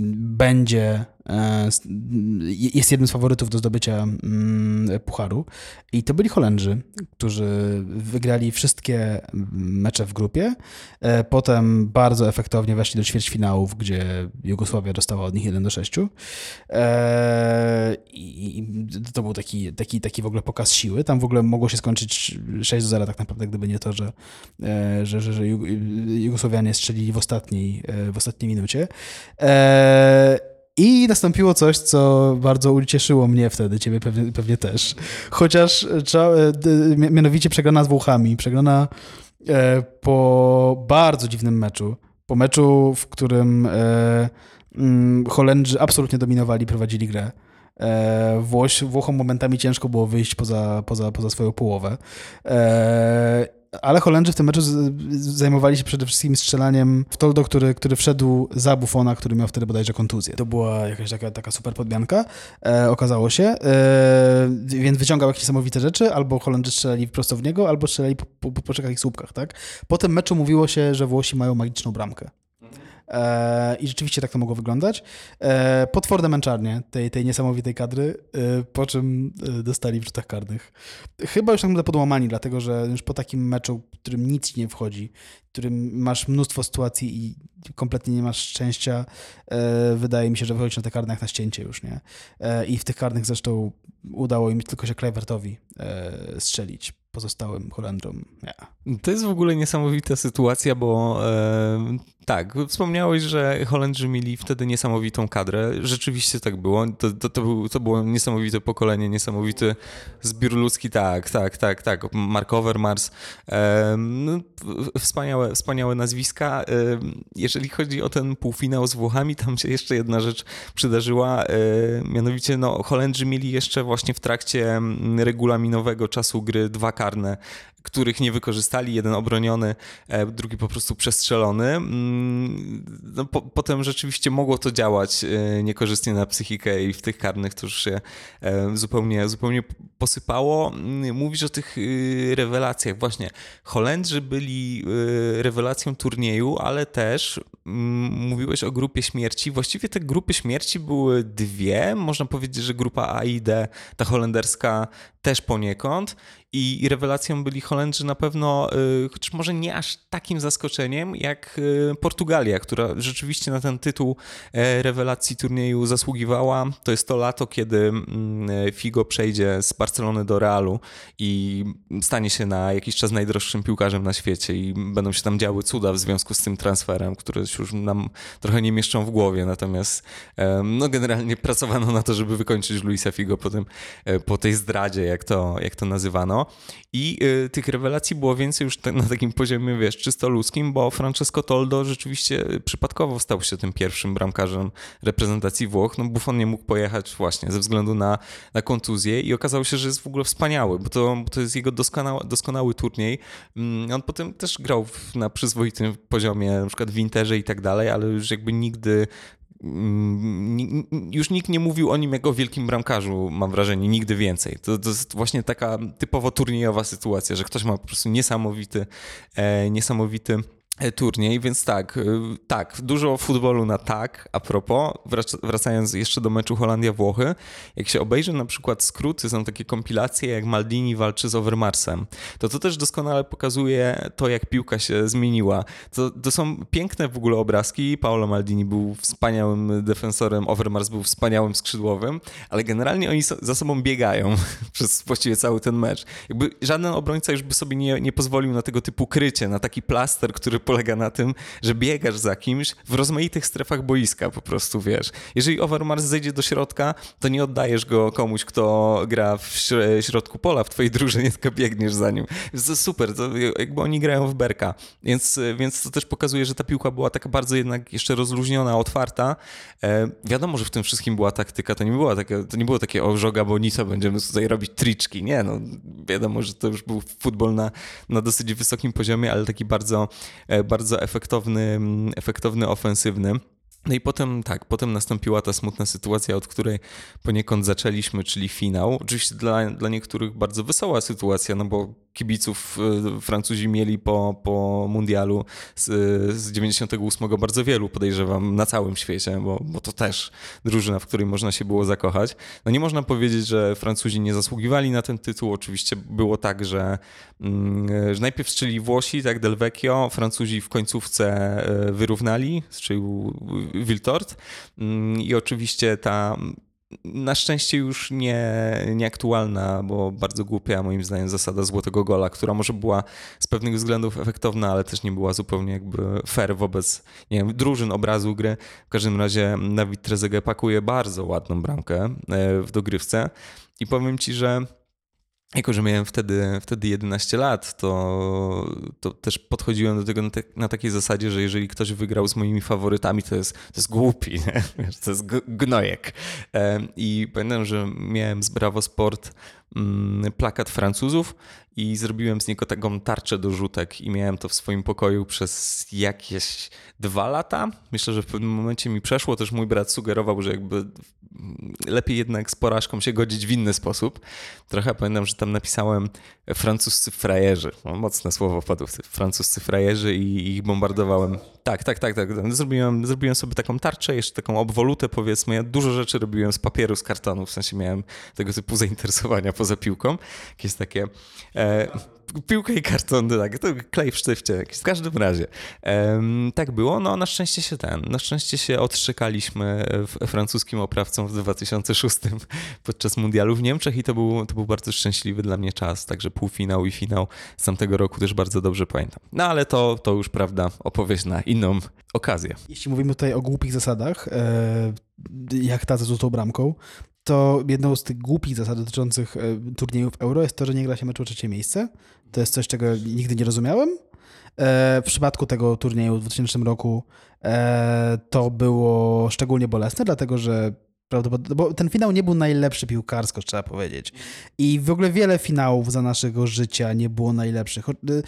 jest jednym z faworytów do zdobycia pucharu. I to byli Holendrzy, którzy wygrali wszystkie mecze w grupie. Potem bardzo efektownie weszli do ćwierćfinałów, gdzie Jugosławia dostała od nich 1-6. I to był taki w ogóle pokaz siły. Tam w ogóle mogło się skończyć 6-0 tak naprawdę, gdyby nie to, że Jugosławianie strzelili w ostatniej minucie. I nastąpiło coś, co bardzo ucieszyło mnie wtedy, ciebie pewnie też. Chociaż mianowicie przegrana z Włochami. Przegrana po bardzo dziwnym meczu. Po meczu, w którym Holendrzy absolutnie dominowali, prowadzili grę. Włochom momentami ciężko było wyjść poza swoją połowę. Ale Holendrzy w tym meczu zajmowali się przede wszystkim strzelaniem w Toldo, który wszedł za Buffona, który miał wtedy bodajże kontuzję. To była jakaś taka super podmianka, okazało się. Więc wyciągał jakieś niesamowite rzeczy, albo Holendrzy strzelali prosto w niego, albo strzelali po czekach i słupkach, tak? Po tym meczu mówiło się, że Włosi mają magiczną bramkę. I rzeczywiście tak to mogło wyglądać. Potworne męczarnie tej niesamowitej kadry, po czym dostali w rzutach karnych. Chyba już tak naprawdę podłamani, dlatego że już po takim meczu, w którym nic nie wchodzi, w którym masz mnóstwo sytuacji i kompletnie nie masz szczęścia, wydaje mi się, że wychodzisz na te karne jak na ścięcie już, nie? I w tych karnych zresztą udało im tylko się Kluivertowi strzelić. Pozostałym Holendrom nie. To jest w ogóle niesamowita sytuacja, bo tak, wspomniałeś, że Holendrzy mieli wtedy niesamowitą kadrę. Rzeczywiście tak było. To było niesamowite pokolenie, niesamowity zbiór ludzki. Tak. Mark Overmars. Wspaniałe nazwiska. Jeżeli chodzi o ten półfinał z Włochami, tam się jeszcze jedna rzecz przydarzyła. Mianowicie Holendrzy mieli jeszcze właśnie w trakcie regulaminowego czasu gry 2 karne, których nie wykorzystali, jeden obroniony, drugi po prostu przestrzelony. Potem rzeczywiście mogło to działać niekorzystnie na psychikę i w tych karnych to już się zupełnie posypało. Mówisz o tych rewelacjach. Właśnie Holendrzy byli rewelacją turnieju, ale też mówiłeś o grupie śmierci. Właściwie te grupy śmierci były 2. Można powiedzieć, że grupa A i D, ta holenderska też poniekąd. I rewelacją byli Holendrzy na pewno, chociaż może nie aż takim zaskoczeniem jak Portugalia, która rzeczywiście na ten tytuł rewelacji turnieju zasługiwała. To jest to lato, kiedy Figo przejdzie z Barcelony do Realu i stanie się na jakiś czas najdroższym piłkarzem na świecie i będą się tam działy cuda w związku z tym transferem, które już nam trochę nie mieszczą w głowie. Natomiast generalnie pracowano na to, żeby wykończyć Luisa Figo po tej zdradzie, jak to nazywano. I tych rewelacji było więcej już na takim poziomie, wiesz, czysto ludzkim, bo Francesco Toldo rzeczywiście przypadkowo stał się tym pierwszym bramkarzem reprezentacji Włoch. No Buffon nie mógł pojechać właśnie ze względu na kontuzję i okazało się, że jest w ogóle wspaniały, bo to jest jego doskonały turniej. On potem też grał na przyzwoitym poziomie, na przykład w Interze i tak dalej, ale już jakby nigdy już nikt nie mówił o nim jako o wielkim bramkarzu, mam wrażenie, nigdy więcej. To jest właśnie taka typowo turniejowa sytuacja, że ktoś ma po prostu niesamowity turniej, więc tak, dużo futbolu na tak, a propos, wracając jeszcze do meczu Holandia-Włochy, jak się obejrzy na przykład skróty, są takie kompilacje, jak Maldini walczy z Overmarsem, to też doskonale pokazuje to, jak piłka się zmieniła. To są piękne w ogóle obrazki, Paolo Maldini był wspaniałym defensorem, Overmars był wspaniałym skrzydłowym, ale generalnie oni za sobą biegają przez właściwie cały ten mecz. Jakby żaden obrońca już by sobie nie pozwolił na tego typu krycie, na taki plaster, który polega na tym, że biegasz za kimś w rozmaitych strefach boiska po prostu, wiesz. Jeżeli Overmars zejdzie do środka, to nie oddajesz go komuś, kto gra w środku pola w twojej drużynie, tylko biegniesz za nim. To super, to jakby oni grają w berka. Więc to też pokazuje, że ta piłka była taka bardzo jednak jeszcze rozluźniona, otwarta. Wiadomo, że w tym wszystkim była taktyka, to nie było takie ożoga bonito, będziemy tutaj robić triczki. Nie, no wiadomo, że to już był futbol na dosyć wysokim poziomie, ale taki bardzo efektowny, ofensywny. No i potem nastąpiła ta smutna sytuacja, od której poniekąd zaczęliśmy, czyli finał. Oczywiście dla niektórych bardzo wesoła sytuacja, no bo kibiców Francuzi mieli po mundialu z 98 bardzo wielu, podejrzewam, na całym świecie, bo to też drużyna, w której można się było zakochać. No nie można powiedzieć, że Francuzi nie zasługiwali na ten tytuł. Oczywiście było tak, że najpierw strzeli Włosi, tak, Del Vecchio, Francuzi w końcówce wyrównali, strzelił Wiltord i oczywiście ta na szczęście już nieaktualna, bo bardzo głupia moim zdaniem zasada złotego gola, która może była z pewnych względów efektowna, ale też nie była zupełnie jakby fair wobec, nie wiem, drużyn obrazu gry. W każdym razie David Trezeguet pakuje bardzo ładną bramkę w dogrywce i powiem ci, że jako że miałem wtedy 11 lat, to też podchodziłem do tego na takiej zasadzie, że jeżeli ktoś wygrał z moimi faworytami, to jest głupi, nie? To jest gnojek. I pamiętam, że miałem z Bravo Sport plakat Francuzów i zrobiłem z niego taką tarczę do rzutek i miałem to w swoim pokoju przez jakieś 2 lata. Myślę, że w pewnym momencie mi przeszło. Też mój brat sugerował, że jakby lepiej jednak z porażką się godzić w inny sposób. Trochę pamiętam, że tam napisałem francuscy frajerzy. No, mocne słowo padło. Francuscy frajerzy i ich bombardowałem. Tak. Zrobiłem sobie taką tarczę, jeszcze taką obwolutę, powiedzmy. Ja dużo rzeczy robiłem z papieru, z kartonu. W sensie miałem tego typu zainteresowania poza piłką. Jakieś takie piłka i karton, tak, to klej w sztywcie. W każdym razie tak było. No na szczęście się odszczekaliśmy francuskim oprawcom w 2006 podczas mundialu w Niemczech i to był bardzo szczęśliwy dla mnie czas. Także półfinał i finał z tamtego roku też bardzo dobrze pamiętam. No ale to już, prawda, opowieść na inną okazję. Jeśli mówimy tutaj o głupich zasadach, jak ta ze złotą bramką, to jedną z tych głupich zasad dotyczących turniejów Euro jest to, że nie gra się meczu o trzecie miejsce. To jest coś, czego nigdy nie rozumiałem. W przypadku tego turnieju w 2000 roku to było szczególnie bolesne, dlatego że bo ten finał nie był najlepszy piłkarsko, trzeba powiedzieć. I w ogóle wiele finałów za naszego życia nie było najlepszych.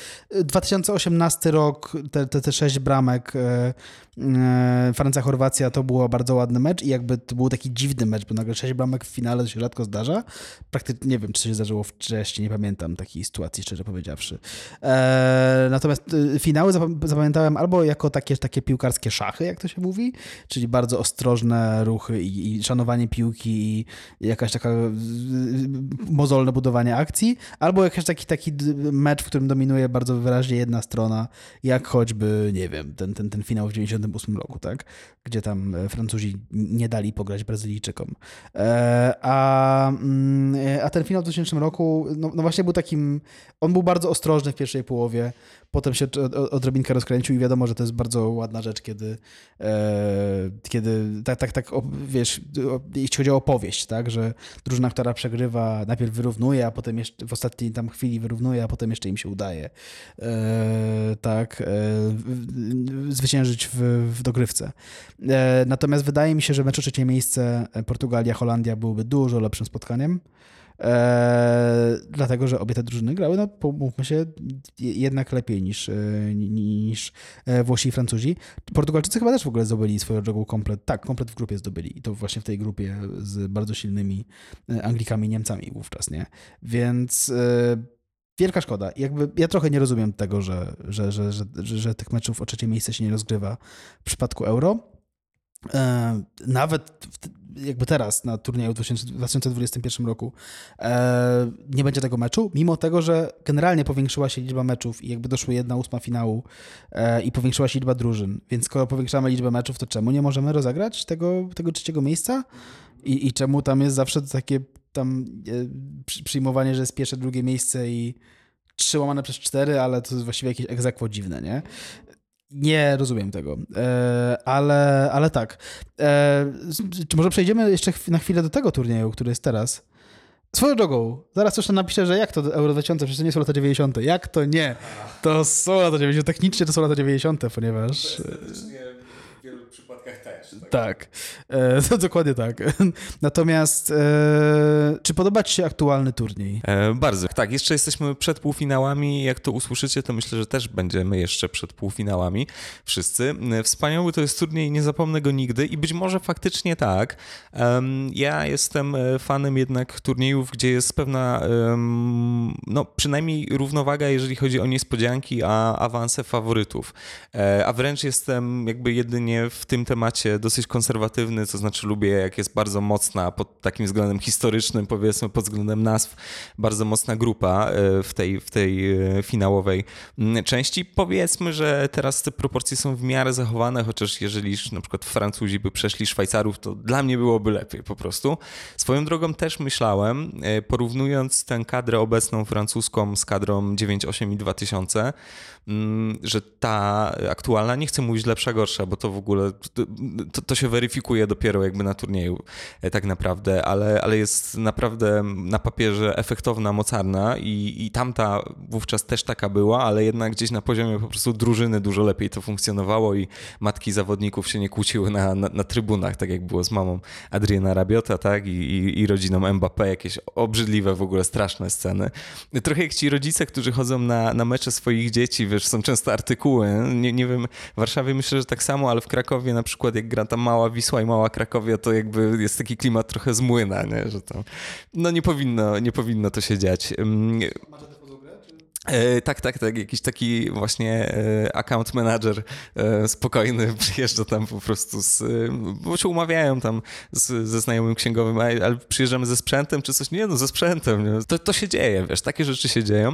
2018 rok, te 6 bramek Francja-Chorwacja to był bardzo ładny mecz i jakby to był taki dziwny mecz, bo nagle 6 bramek w finale to się rzadko zdarza. Praktycznie nie wiem, czy się zdarzyło wcześniej, nie pamiętam takiej sytuacji, szczerze powiedziawszy. Natomiast finały zapamiętałem albo jako takie piłkarskie szachy, jak to się mówi, czyli bardzo ostrożne ruchy i szanowanie piłki i jakaś taka mozolne budowanie akcji, albo jakiś taki mecz, w którym dominuje bardzo wyraźnie jedna strona, jak choćby, nie wiem, ten finał w 98 roku, tak? Gdzie tam Francuzi nie dali pograć Brazylijczykom. A ten finał w 2000 roku, no właśnie był takim, on był bardzo ostrożny w pierwszej połowie, potem się odrobinkę rozkręcił i wiadomo, że to jest bardzo ładna rzecz, kiedy wiesz, jeśli chodzi o opowieść, tak, że drużyna, która przegrywa, najpierw wyrównuje, a potem jeszcze w ostatniej tam chwili wyrównuje, a potem jeszcze im się udaje zwyciężyć w dogrywce. Natomiast wydaje mi się, że mecz o trzecie miejsce Portugalia-Holandia byłby dużo lepszym spotkaniem. Dlatego, że obie te drużyny grały, no pomówmy się, jednak lepiej niż Włosi i Francuzi. Portugalczycy chyba też w ogóle zdobyli swoją drogą komplet. Tak, komplet w grupie zdobyli. I to właśnie w tej grupie z bardzo silnymi Anglikami i Niemcami wówczas, nie? Więc wielka szkoda. Jakby ja trochę nie rozumiem tego, że tych meczów o trzecie miejsce się nie rozgrywa w przypadku Euro. Nawet jakby teraz na turnieju w 2021 roku nie będzie tego meczu, mimo tego, że generalnie powiększyła się liczba meczów i jakby doszły 1/8 finału i powiększyła się liczba drużyn. Więc skoro powiększamy liczbę meczów, to czemu nie możemy rozegrać tego trzeciego miejsca? I czemu tam jest zawsze takie tam przyjmowanie, że jest pierwsze, drugie miejsce i 3 łamane przez 4, ale to jest właściwie jakieś ex aequo dziwne, nie? Nie rozumiem tego, ale tak. Czy może przejdziemy jeszcze na chwilę do tego turnieju, który jest teraz? Swoją drogą, zaraz coś tam napiszę, że jak to Euro 2000, przecież to nie są lata 90. Jak to nie? To są lata 90. Technicznie to są lata 90., ponieważ... W wielu przypadkach też. Tak, dokładnie tak. Natomiast czy podoba ci się aktualny turniej? Bardzo. Tak, jeszcze jesteśmy przed półfinałami. Jak to usłyszycie, to myślę, że też będziemy jeszcze przed półfinałami wszyscy. Wspaniały to jest turniej, nie zapomnę go nigdy i być może faktycznie tak. Ja jestem fanem jednak turniejów, gdzie jest pewna no przynajmniej równowaga, jeżeli chodzi o niespodzianki, a awanse faworytów. A wręcz jestem jakby jedynie w tym temacie dosyć konserwatywny, to znaczy lubię, jak jest bardzo mocna pod takim względem historycznym, powiedzmy pod względem nazw, bardzo mocna grupa w tej finałowej części. Powiedzmy, że teraz te proporcje są w miarę zachowane, chociaż jeżeli na przykład Francuzi by przeszli Szwajcarów, to dla mnie byłoby lepiej po prostu. Swoją drogą też myślałem, porównując tę kadrę obecną francuską z kadrą 9-8 i 2000, że ta aktualna, nie chcę mówić lepsza, gorsza, bo to w ogóle to się weryfikuje dopiero jakby na turnieju tak naprawdę, ale jest naprawdę na papierze efektowna, mocarna i tamta wówczas też taka była, ale jednak gdzieś na poziomie po prostu drużyny dużo lepiej to funkcjonowało i matki zawodników się nie kłóciły na trybunach, tak jak było z mamą Adriana Rabiota, tak, i rodziną Mbappé, jakieś obrzydliwe w ogóle, straszne sceny. Trochę jak ci rodzice, którzy chodzą na mecze swoich dzieci, wiesz, są często artykuły, nie wiem, w Warszawie myślę, że tak samo, ale w Krakowie na przykład jak gra tam mała Wisła i mała Krakowia, to jakby jest taki klimat trochę z młyna, nie? Że tam, no nie powinno to się dziać. Tak, jakiś taki właśnie account manager spokojny przyjeżdża tam po prostu bo się umawiają tam ze znajomym księgowym, ale przyjeżdżamy ze sprzętem czy coś? Nie, no ze sprzętem. Nie? To się dzieje, wiesz, takie rzeczy się dzieją.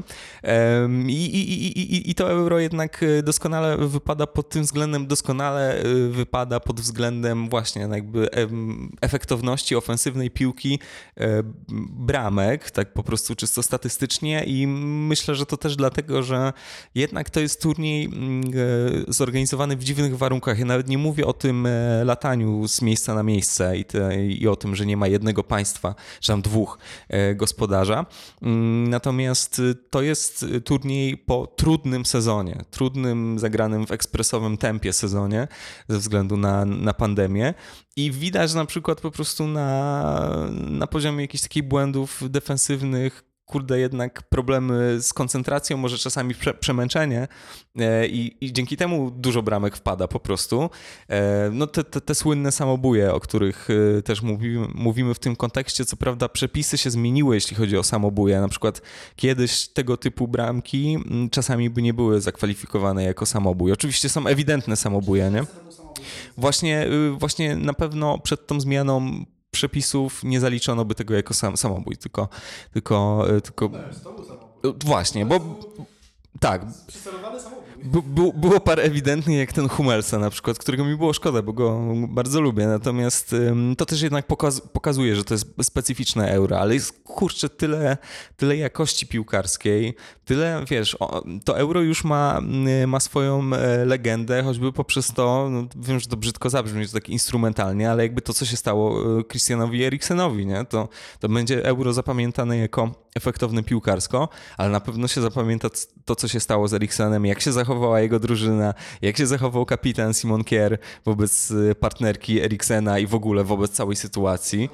I to Euro jednak doskonale wypada pod tym względem, doskonale wypada pod względem właśnie jakby efektowności ofensywnej piłki, bramek, tak po prostu czysto statystycznie i myślę, że to też dlatego, że jednak to jest turniej zorganizowany w dziwnych warunkach. Ja nawet nie mówię o tym lataniu z miejsca na miejsce i o tym, że nie ma jednego państwa, czy tam dwóch gospodarza. Natomiast to jest turniej po trudnym sezonie, trudnym, zagranym w ekspresowym tempie sezonie ze względu na pandemię. I widać na przykład po prostu na poziomie jakichś takich błędów defensywnych, kurde, jednak problemy z koncentracją, może czasami przemęczenie i dzięki temu dużo bramek wpada po prostu. No te słynne samobóje, o których też mówimy w tym kontekście, co prawda przepisy się zmieniły, jeśli chodzi o samobóje. Na przykład kiedyś tego typu bramki czasami by nie były zakwalifikowane jako samobój. Oczywiście są ewidentne samobóje, nie? Właśnie na pewno przed tą zmianą przepisów nie zaliczono by tego jako samobój, tylko właśnie, bo tak. Przesterowany samobój. Było parę ewidentnych, jak ten Hummelsa na przykład, którego mi było szkoda, bo go bardzo lubię. Natomiast to też jednak pokazuje, że to jest specyficzne euro, ale jest kurczę tyle jakości piłkarskiej, tyle, wiesz, to euro już ma swoją legendę, choćby poprzez to, no, wiem, że to brzydko zabrzmi, to tak instrumentalnie, ale jakby to, co się stało Christianowi Eriksenowi, nie? To będzie euro zapamiętane jako efektowny piłkarsko, ale na pewno się zapamięta to, co się stało z Eriksenem, jak się zachowała jego drużyna, jak się zachował kapitan Simon Kjær wobec partnerki Eriksena i w ogóle wobec całej sytuacji.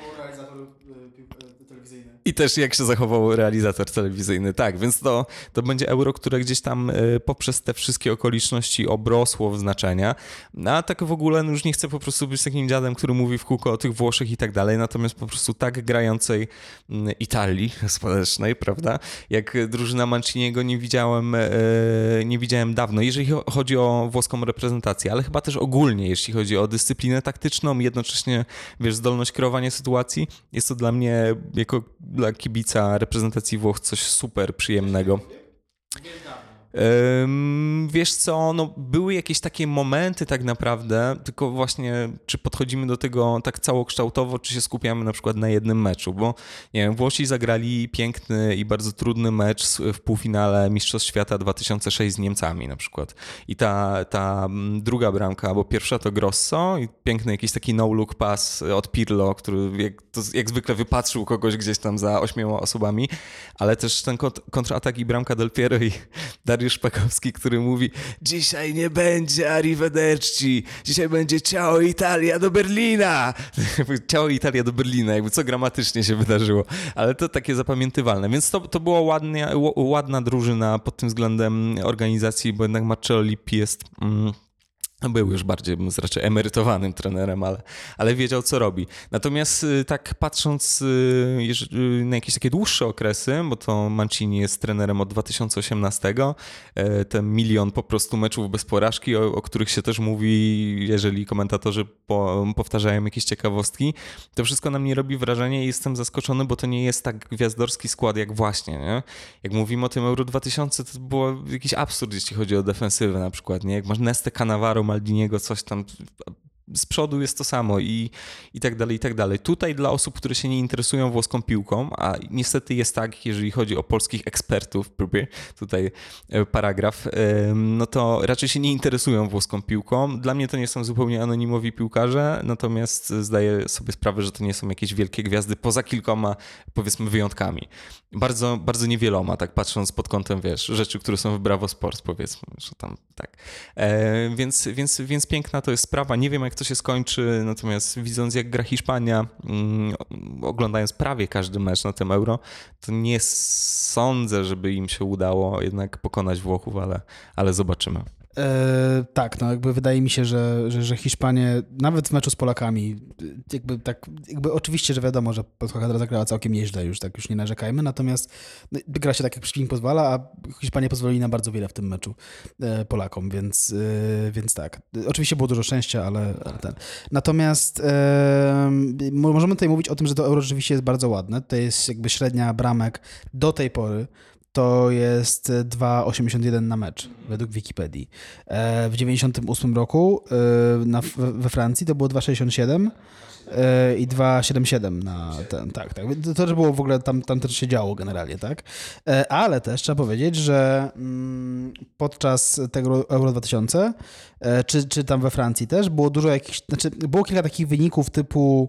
I też jak się zachował realizator telewizyjny. Tak, więc to będzie euro, które gdzieś tam poprzez te wszystkie okoliczności obrosło w znaczenia. A tak w ogóle już nie chcę po prostu być takim dziadem, który mówi w kółko o tych Włoszech i tak dalej, natomiast po prostu tak grającej Italii społecznej, prawda, jak drużyna Manciniego nie widziałem dawno, jeżeli chodzi o włoską reprezentację, ale chyba też ogólnie, jeśli chodzi o dyscyplinę taktyczną, jednocześnie, wiesz, zdolność kreowania sytuacji, jest to dla mnie jako dla kibica reprezentacji Włoch coś super przyjemnego. Wiesz co, no były jakieś takie momenty tak naprawdę, tylko właśnie czy podchodzimy do tego tak całokształtowo, czy się skupiamy na przykład na jednym meczu, bo nie wiem, Włosi zagrali piękny i bardzo trudny mecz w półfinale Mistrzostw Świata 2006 z Niemcami na przykład i ta druga bramka, bo pierwsza to Grosso i piękny jakiś taki no-look pass od Pirlo, który jak zwykle wypatrzył kogoś gdzieś tam za 8 osobami, ale też ten kontratak i bramka Del Piero i Dariusz Szpakowski, który mówi: dzisiaj nie będzie arrivederci, dzisiaj będzie ciao Italia do Berlina. Ciao Italia do Berlina, jakby co gramatycznie się wydarzyło, ale to takie zapamiętywalne, więc to była ładna drużyna pod tym względem organizacji, bo jednak Marcello Lippi jest... Był już bardziej raczej emerytowanym trenerem, ale wiedział, co robi. Natomiast tak patrząc na jakieś takie dłuższe okresy, bo to Mancini jest trenerem od 2018, ten milion po prostu meczów bez porażki, o których się też mówi, jeżeli komentatorzy powtarzają jakieś ciekawostki, to wszystko na mnie robi wrażenie i jestem zaskoczony, bo to nie jest tak gwiazdorski skład jak właśnie, nie? Jak mówimy o tym Euro 2000, to było jakiś absurd, jeśli chodzi o defensywę na przykład, nie? Jak masz Nestę Cannavaro, Maldiniego, coś tam, z przodu jest to samo i tak dalej, i tak dalej. Tutaj dla osób, które się nie interesują włoską piłką, a niestety jest tak, jeżeli chodzi o polskich ekspertów, tutaj paragraf, no to raczej się nie interesują włoską piłką. Dla mnie to nie są zupełnie anonimowi piłkarze, natomiast zdaję sobie sprawę, że to nie są jakieś wielkie gwiazdy, poza kilkoma, powiedzmy, wyjątkami. Bardzo, bardzo niewieloma, tak patrząc pod kątem, wiesz, rzeczy, które są w Bravo Sports, powiedzmy, że tam tak. Więc piękna to jest sprawa. Nie wiem, jak to się skończy, natomiast widząc, jak gra Hiszpania, oglądając prawie każdy mecz na tym Euro, to nie sądzę, żeby im się udało jednak pokonać Włochów, ale zobaczymy. Tak, no jakby wydaje mi się, że Hiszpanie, nawet w meczu z Polakami, jakby oczywiście, że wiadomo, że polska kadra zagrała całkiem nieźle już, tak już nie narzekajmy, natomiast gra się tak, jak przeciwnik pozwala, a Hiszpanie pozwolili na bardzo wiele w tym meczu Polakom, więc tak. Oczywiście było dużo szczęścia, ale ten. Natomiast możemy tutaj mówić o tym, że to Euro rzeczywiście jest bardzo ładne. To jest jakby średnia bramek do tej pory. To jest 2,81 na mecz, według Wikipedii. W 98 roku we Francji to było 2,67 i 2,77 na ten, tak. To też było w ogóle, tam też się działo generalnie, tak? Ale też trzeba powiedzieć, że podczas tego Euro 2000, czy tam we Francji też, było dużo jakichś, było kilka takich wyników typu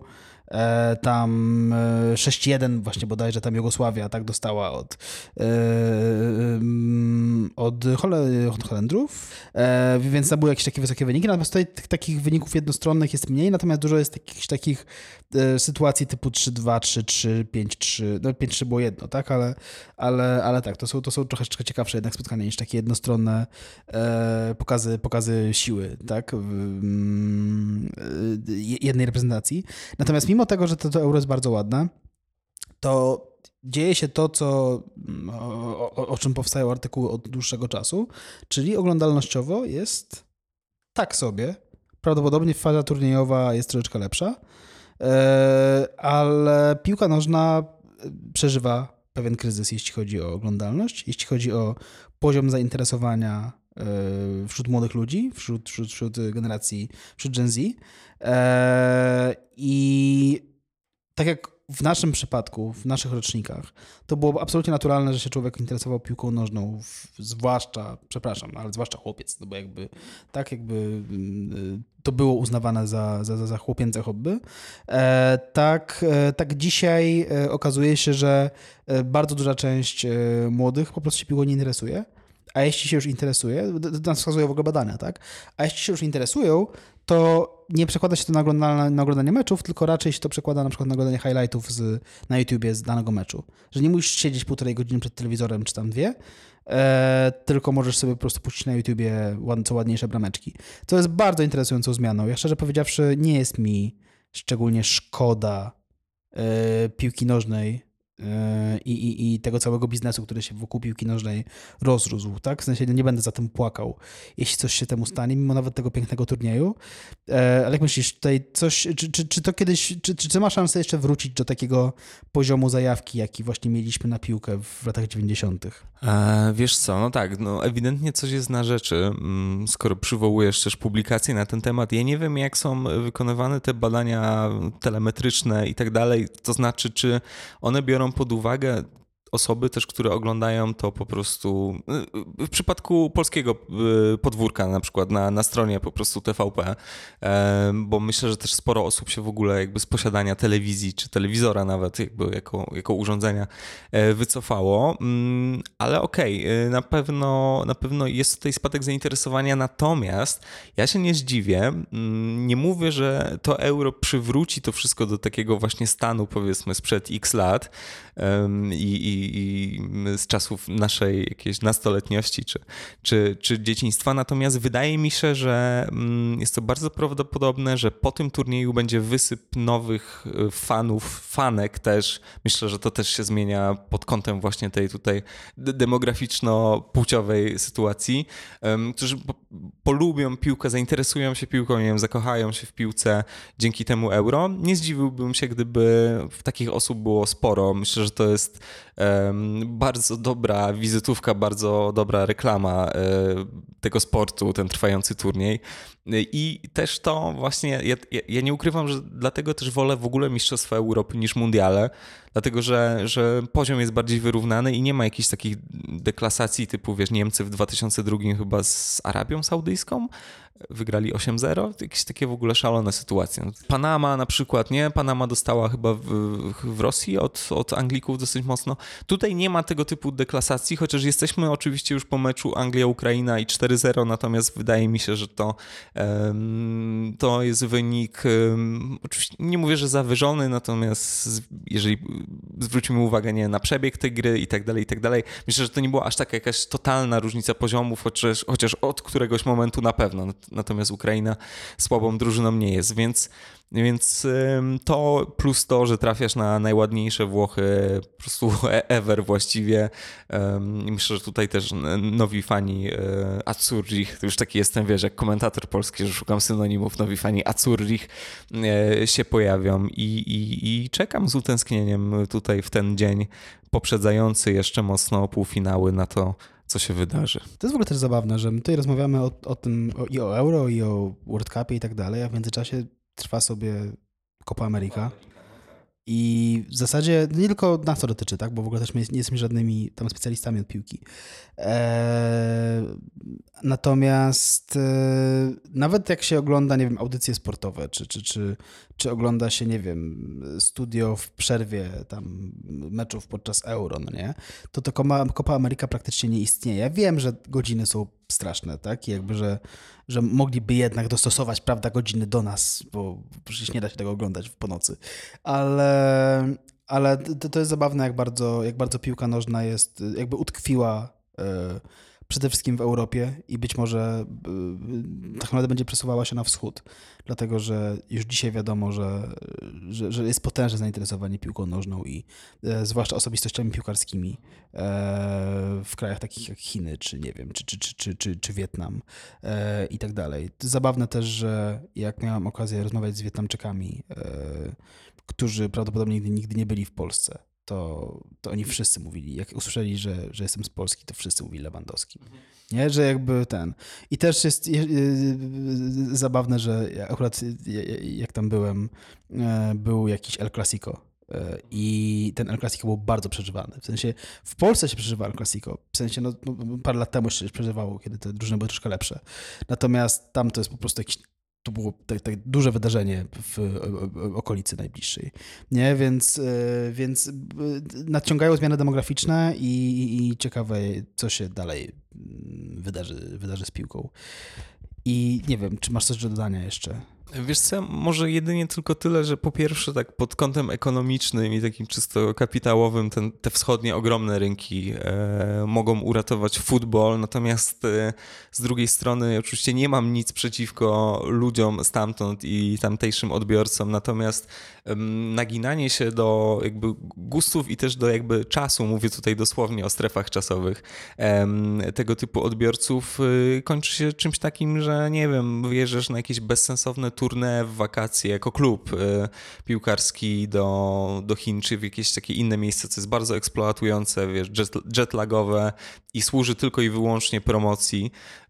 tam 6-1 właśnie bodajże tam Jugosławia tak dostała od Holendrów, więc tam były jakieś takie wysokie wyniki, natomiast tutaj takich wyników jednostronnych jest mniej, natomiast dużo jest jakichś takich sytuacji typu 3-2, 3-3, 5-3, no 5-3 było jedno, tak, ale tak, to są trochę ciekawsze jednak spotkania niż takie jednostronne pokazy siły, tak, jednej reprezentacji. Natomiast mimo tego, że to Euro jest bardzo ładne, to dzieje się to, o czym powstają artykuły od dłuższego czasu, czyli oglądalnościowo jest tak sobie. Prawdopodobnie faza turniejowa jest troszeczkę lepsza, ale piłka nożna przeżywa pewien kryzys, jeśli chodzi o oglądalność, jeśli chodzi o poziom zainteresowania wśród młodych ludzi, wśród generacji, wśród Gen Z. I tak jak w naszym przypadku, w naszych rocznikach, to było absolutnie naturalne, że się człowiek interesował piłką nożną, zwłaszcza chłopiec, no bo jakby to było uznawane za chłopięce hobby. Tak dzisiaj okazuje się, że bardzo duża część młodych po prostu się piłką nie interesuje. A jeśli się już interesuje, to nas wskazują w ogóle badania, tak? A jeśli się już interesują, to nie przekłada się to na oglądanie meczów, tylko raczej się to przekłada na przykład na oglądanie highlightów na YouTubie z danego meczu. Że nie musisz siedzieć 1,5 godziny przed telewizorem, czy tam 2, tylko możesz sobie po prostu puścić na YouTubie co ładniejsze brameczki. To jest bardzo interesującą zmianą. Ja szczerze powiedziawszy, nie jest mi szczególnie szkoda piłki nożnej i tego całego biznesu, który się wokół piłki nożnej rozrósł, tak? W sensie nie będę za tym płakał, jeśli coś się temu stanie, mimo nawet tego pięknego turnieju. Ale jak myślisz, tutaj coś, czy to kiedyś, czy ma szansę jeszcze wrócić do takiego poziomu zajawki, jaki właśnie mieliśmy na piłkę w latach 90. Wiesz co, no tak, no ewidentnie coś jest na rzeczy, skoro przywołujesz też publikacje na ten temat. Ja nie wiem, jak są wykonywane te badania telemetryczne i tak dalej, to znaczy, czy one biorą pod uwagę osoby też, które oglądają to po prostu w przypadku polskiego podwórka na przykład na stronie po prostu TVP, bo myślę, że też sporo osób się w ogóle jakby z posiadania telewizji czy telewizora nawet jakby jako urządzenia wycofało, ale okej, na pewno jest tutaj spadek zainteresowania, natomiast ja się nie zdziwię, nie mówię, że to euro przywróci to wszystko do takiego właśnie stanu powiedzmy sprzed x lat i z czasów naszej jakiejś nastoletniości czy dzieciństwa. Natomiast wydaje mi się, że jest to bardzo prawdopodobne, że po tym turnieju będzie wysyp nowych fanów, fanek też. Myślę, że to też się zmienia pod kątem właśnie tej tutaj demograficzno-płciowej sytuacji, którzy polubią piłkę, zainteresują się piłką, nie wiem, zakochają się w piłce dzięki temu euro. Nie zdziwiłbym się, gdyby takich osób było sporo. Myślę, że to jest bardzo dobra wizytówka, bardzo dobra reklama tego sportu, ten trwający turniej. I też to właśnie, ja nie ukrywam, że dlatego też wolę w ogóle Mistrzostwa Europy niż mundiale, dlatego że poziom jest bardziej wyrównany i nie ma jakichś takich deklasacji typu, wiesz, Niemcy w 2002 chyba z Arabią Saudyjską wygrali 8-0, jakieś takie w ogóle szalone sytuacje. Panama na przykład, nie? Panama dostała chyba w Rosji od Anglików dosyć mocno. Tutaj nie ma tego typu deklasacji, chociaż jesteśmy oczywiście już po meczu Anglia-Ukraina i 4-0, natomiast wydaje mi się, że to jest wynik, oczywiście nie mówię, że zawyżony, natomiast jeżeli zwrócimy uwagę na przebieg tej gry i tak dalej, myślę, że to nie była aż taka jakaś totalna różnica poziomów, chociaż od któregoś momentu na pewno. Natomiast Ukraina słabą drużyną nie jest, więc to plus to, że trafiasz na najładniejsze Włochy po prostu ever właściwie. I myślę, że tutaj też nowi fani Azzurrich, to już taki jestem, wiesz, jak komentator polski, że szukam synonimów, nowi fani Azzurrich się pojawią i czekam z utęsknieniem tutaj w ten dzień poprzedzający jeszcze mocno półfinały na to, co się wydarzy. To jest w ogóle też zabawne, że my tutaj rozmawiamy o tym i o Euro, i o World Cupie i tak dalej, a w międzyczasie trwa sobie Copa America. I w zasadzie nie tylko nas to dotyczy, tak? Bo w ogóle też my nie jesteśmy żadnymi tam specjalistami od piłki. Natomiast nawet jak się ogląda, nie wiem, audycje sportowe, czy ogląda się, nie wiem, studio w przerwie tam meczów podczas Euro, no nie? To Copa America praktycznie nie istnieje. Ja wiem, że godziny są straszne, tak? I jakby, że mogliby jednak dostosować, prawda, godziny do nas, bo przecież nie da się tego oglądać po nocy. Ale to jest zabawne, jak bardzo piłka nożna jest, jakby utkwiła przede wszystkim w Europie i być może tak naprawdę będzie przesuwała się na wschód, dlatego że już dzisiaj wiadomo, że jest potężne zainteresowanie piłką nożną i zwłaszcza osobistościami piłkarskimi w krajach takich jak Chiny, czy nie wiem, czy Wietnam i tak dalej. Zabawne też, że jak miałem okazję rozmawiać z Wietnamczykami, którzy prawdopodobnie nigdy nie byli w Polsce, to oni wszyscy mówili, jak usłyszeli, że jestem z Polski, to wszyscy mówili Lewandowski. Nie, że jakby ten. I też jest zabawne, że akurat jak tam byłem, był jakiś El Clasico i ten El Clasico był bardzo przeżywany. W sensie w Polsce się przeżywa El Clasico. W sensie parę lat temu się przeżywało, kiedy te drużyny były troszkę lepsze. Natomiast tam to jest po prostu jakiś to było tak duże wydarzenie w okolicy najbliższej. Nie? Więc nadciągają zmiany demograficzne i ciekawe, co się dalej wydarzy z piłką. I nie wiem, czy masz coś do dodania jeszcze? Wiesz co, może jedynie tylko tyle, że po pierwsze tak pod kątem ekonomicznym i takim czysto kapitałowym te wschodnie ogromne rynki mogą uratować futbol, natomiast z drugiej strony oczywiście nie mam nic przeciwko ludziom stamtąd i tamtejszym odbiorcom, natomiast naginanie się do jakby gustów i też do jakby czasu, mówię tutaj dosłownie o strefach czasowych, tego typu odbiorców kończy się czymś takim, że nie wiem, wyjeżdżasz na jakieś bezsensowne tournée w wakacje jako klub piłkarski do Chin czy w jakieś takie inne miejsce, co jest bardzo eksploatujące, wiesz, jetlagowe i służy tylko i wyłącznie promocji.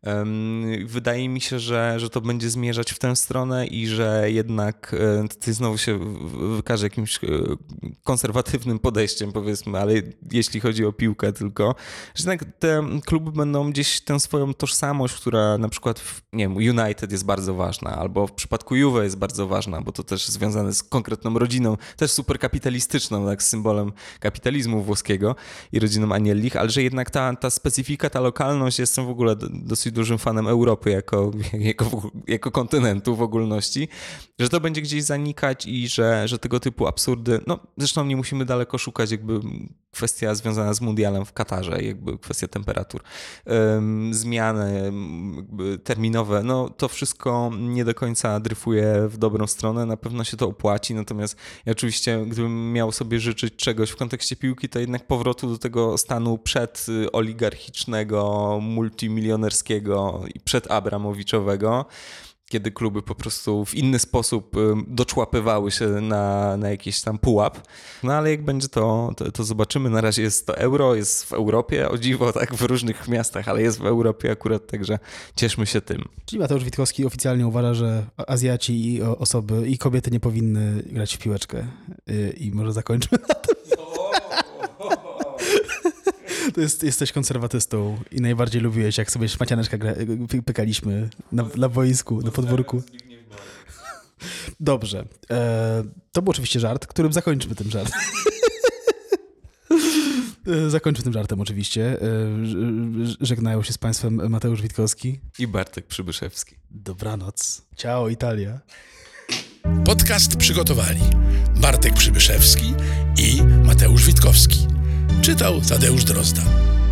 Wydaje mi się, że to będzie zmierzać w tę stronę i że jednak tutaj znowu się wykaże jakimś konserwatywnym podejściem, powiedzmy, ale jeśli chodzi o piłkę tylko, że jednak te kluby będą gdzieś tę swoją tożsamość, która na przykład nie wiem, United jest bardzo ważna, albo w przypadku Juve jest bardzo ważna, bo to też związane z konkretną rodziną, też super kapitalistyczną, tak, z symbolem kapitalizmu włoskiego i rodziną Agnellich, ale że jednak ta specyfika, ta lokalność, jestem w ogóle dosyć dużym fanem Europy jako kontynentu w ogólności, że to będzie gdzieś zanikać i że tego typu absurdy, no zresztą nie musimy daleko szukać, jakby kwestia związana z mundialem w Katarze, jakby kwestia temperatur, zmiany jakby terminowe, no to wszystko nie do końca dryfuje w dobrą stronę, na pewno się to opłaci, natomiast ja oczywiście, gdybym miał sobie życzyć czegoś w kontekście piłki, to jednak powrotu do tego stanu przedoligarchicznego, multimilionerskiego i przedabramowiczowego, kiedy kluby po prostu w inny sposób doczłapywały się na jakiś tam pułap. No ale jak będzie to zobaczymy. Na razie jest to euro, jest w Europie, o dziwo, tak, w różnych miastach, ale jest w Europie akurat, także cieszmy się tym. Czyli Mateusz Witkowski oficjalnie uważa, że Azjaci i osoby i kobiety nie powinny grać w piłeczkę. I może zakończmy na tym. To jesteś konserwatystą i najbardziej lubiłeś, jak sobie szmacianeczka pykaliśmy na boisku, na podwórku. Dobrze. To był oczywiście żart, którym zakończymy ten żart. Zakończę tym żartem oczywiście. Żegnają się z Państwem Mateusz Witkowski i Bartek Przybyszewski. Dobranoc. Ciao Italia. Podcast przygotowali Bartek Przybyszewski i Mateusz Witkowski. Czytał Tadeusz Drozda.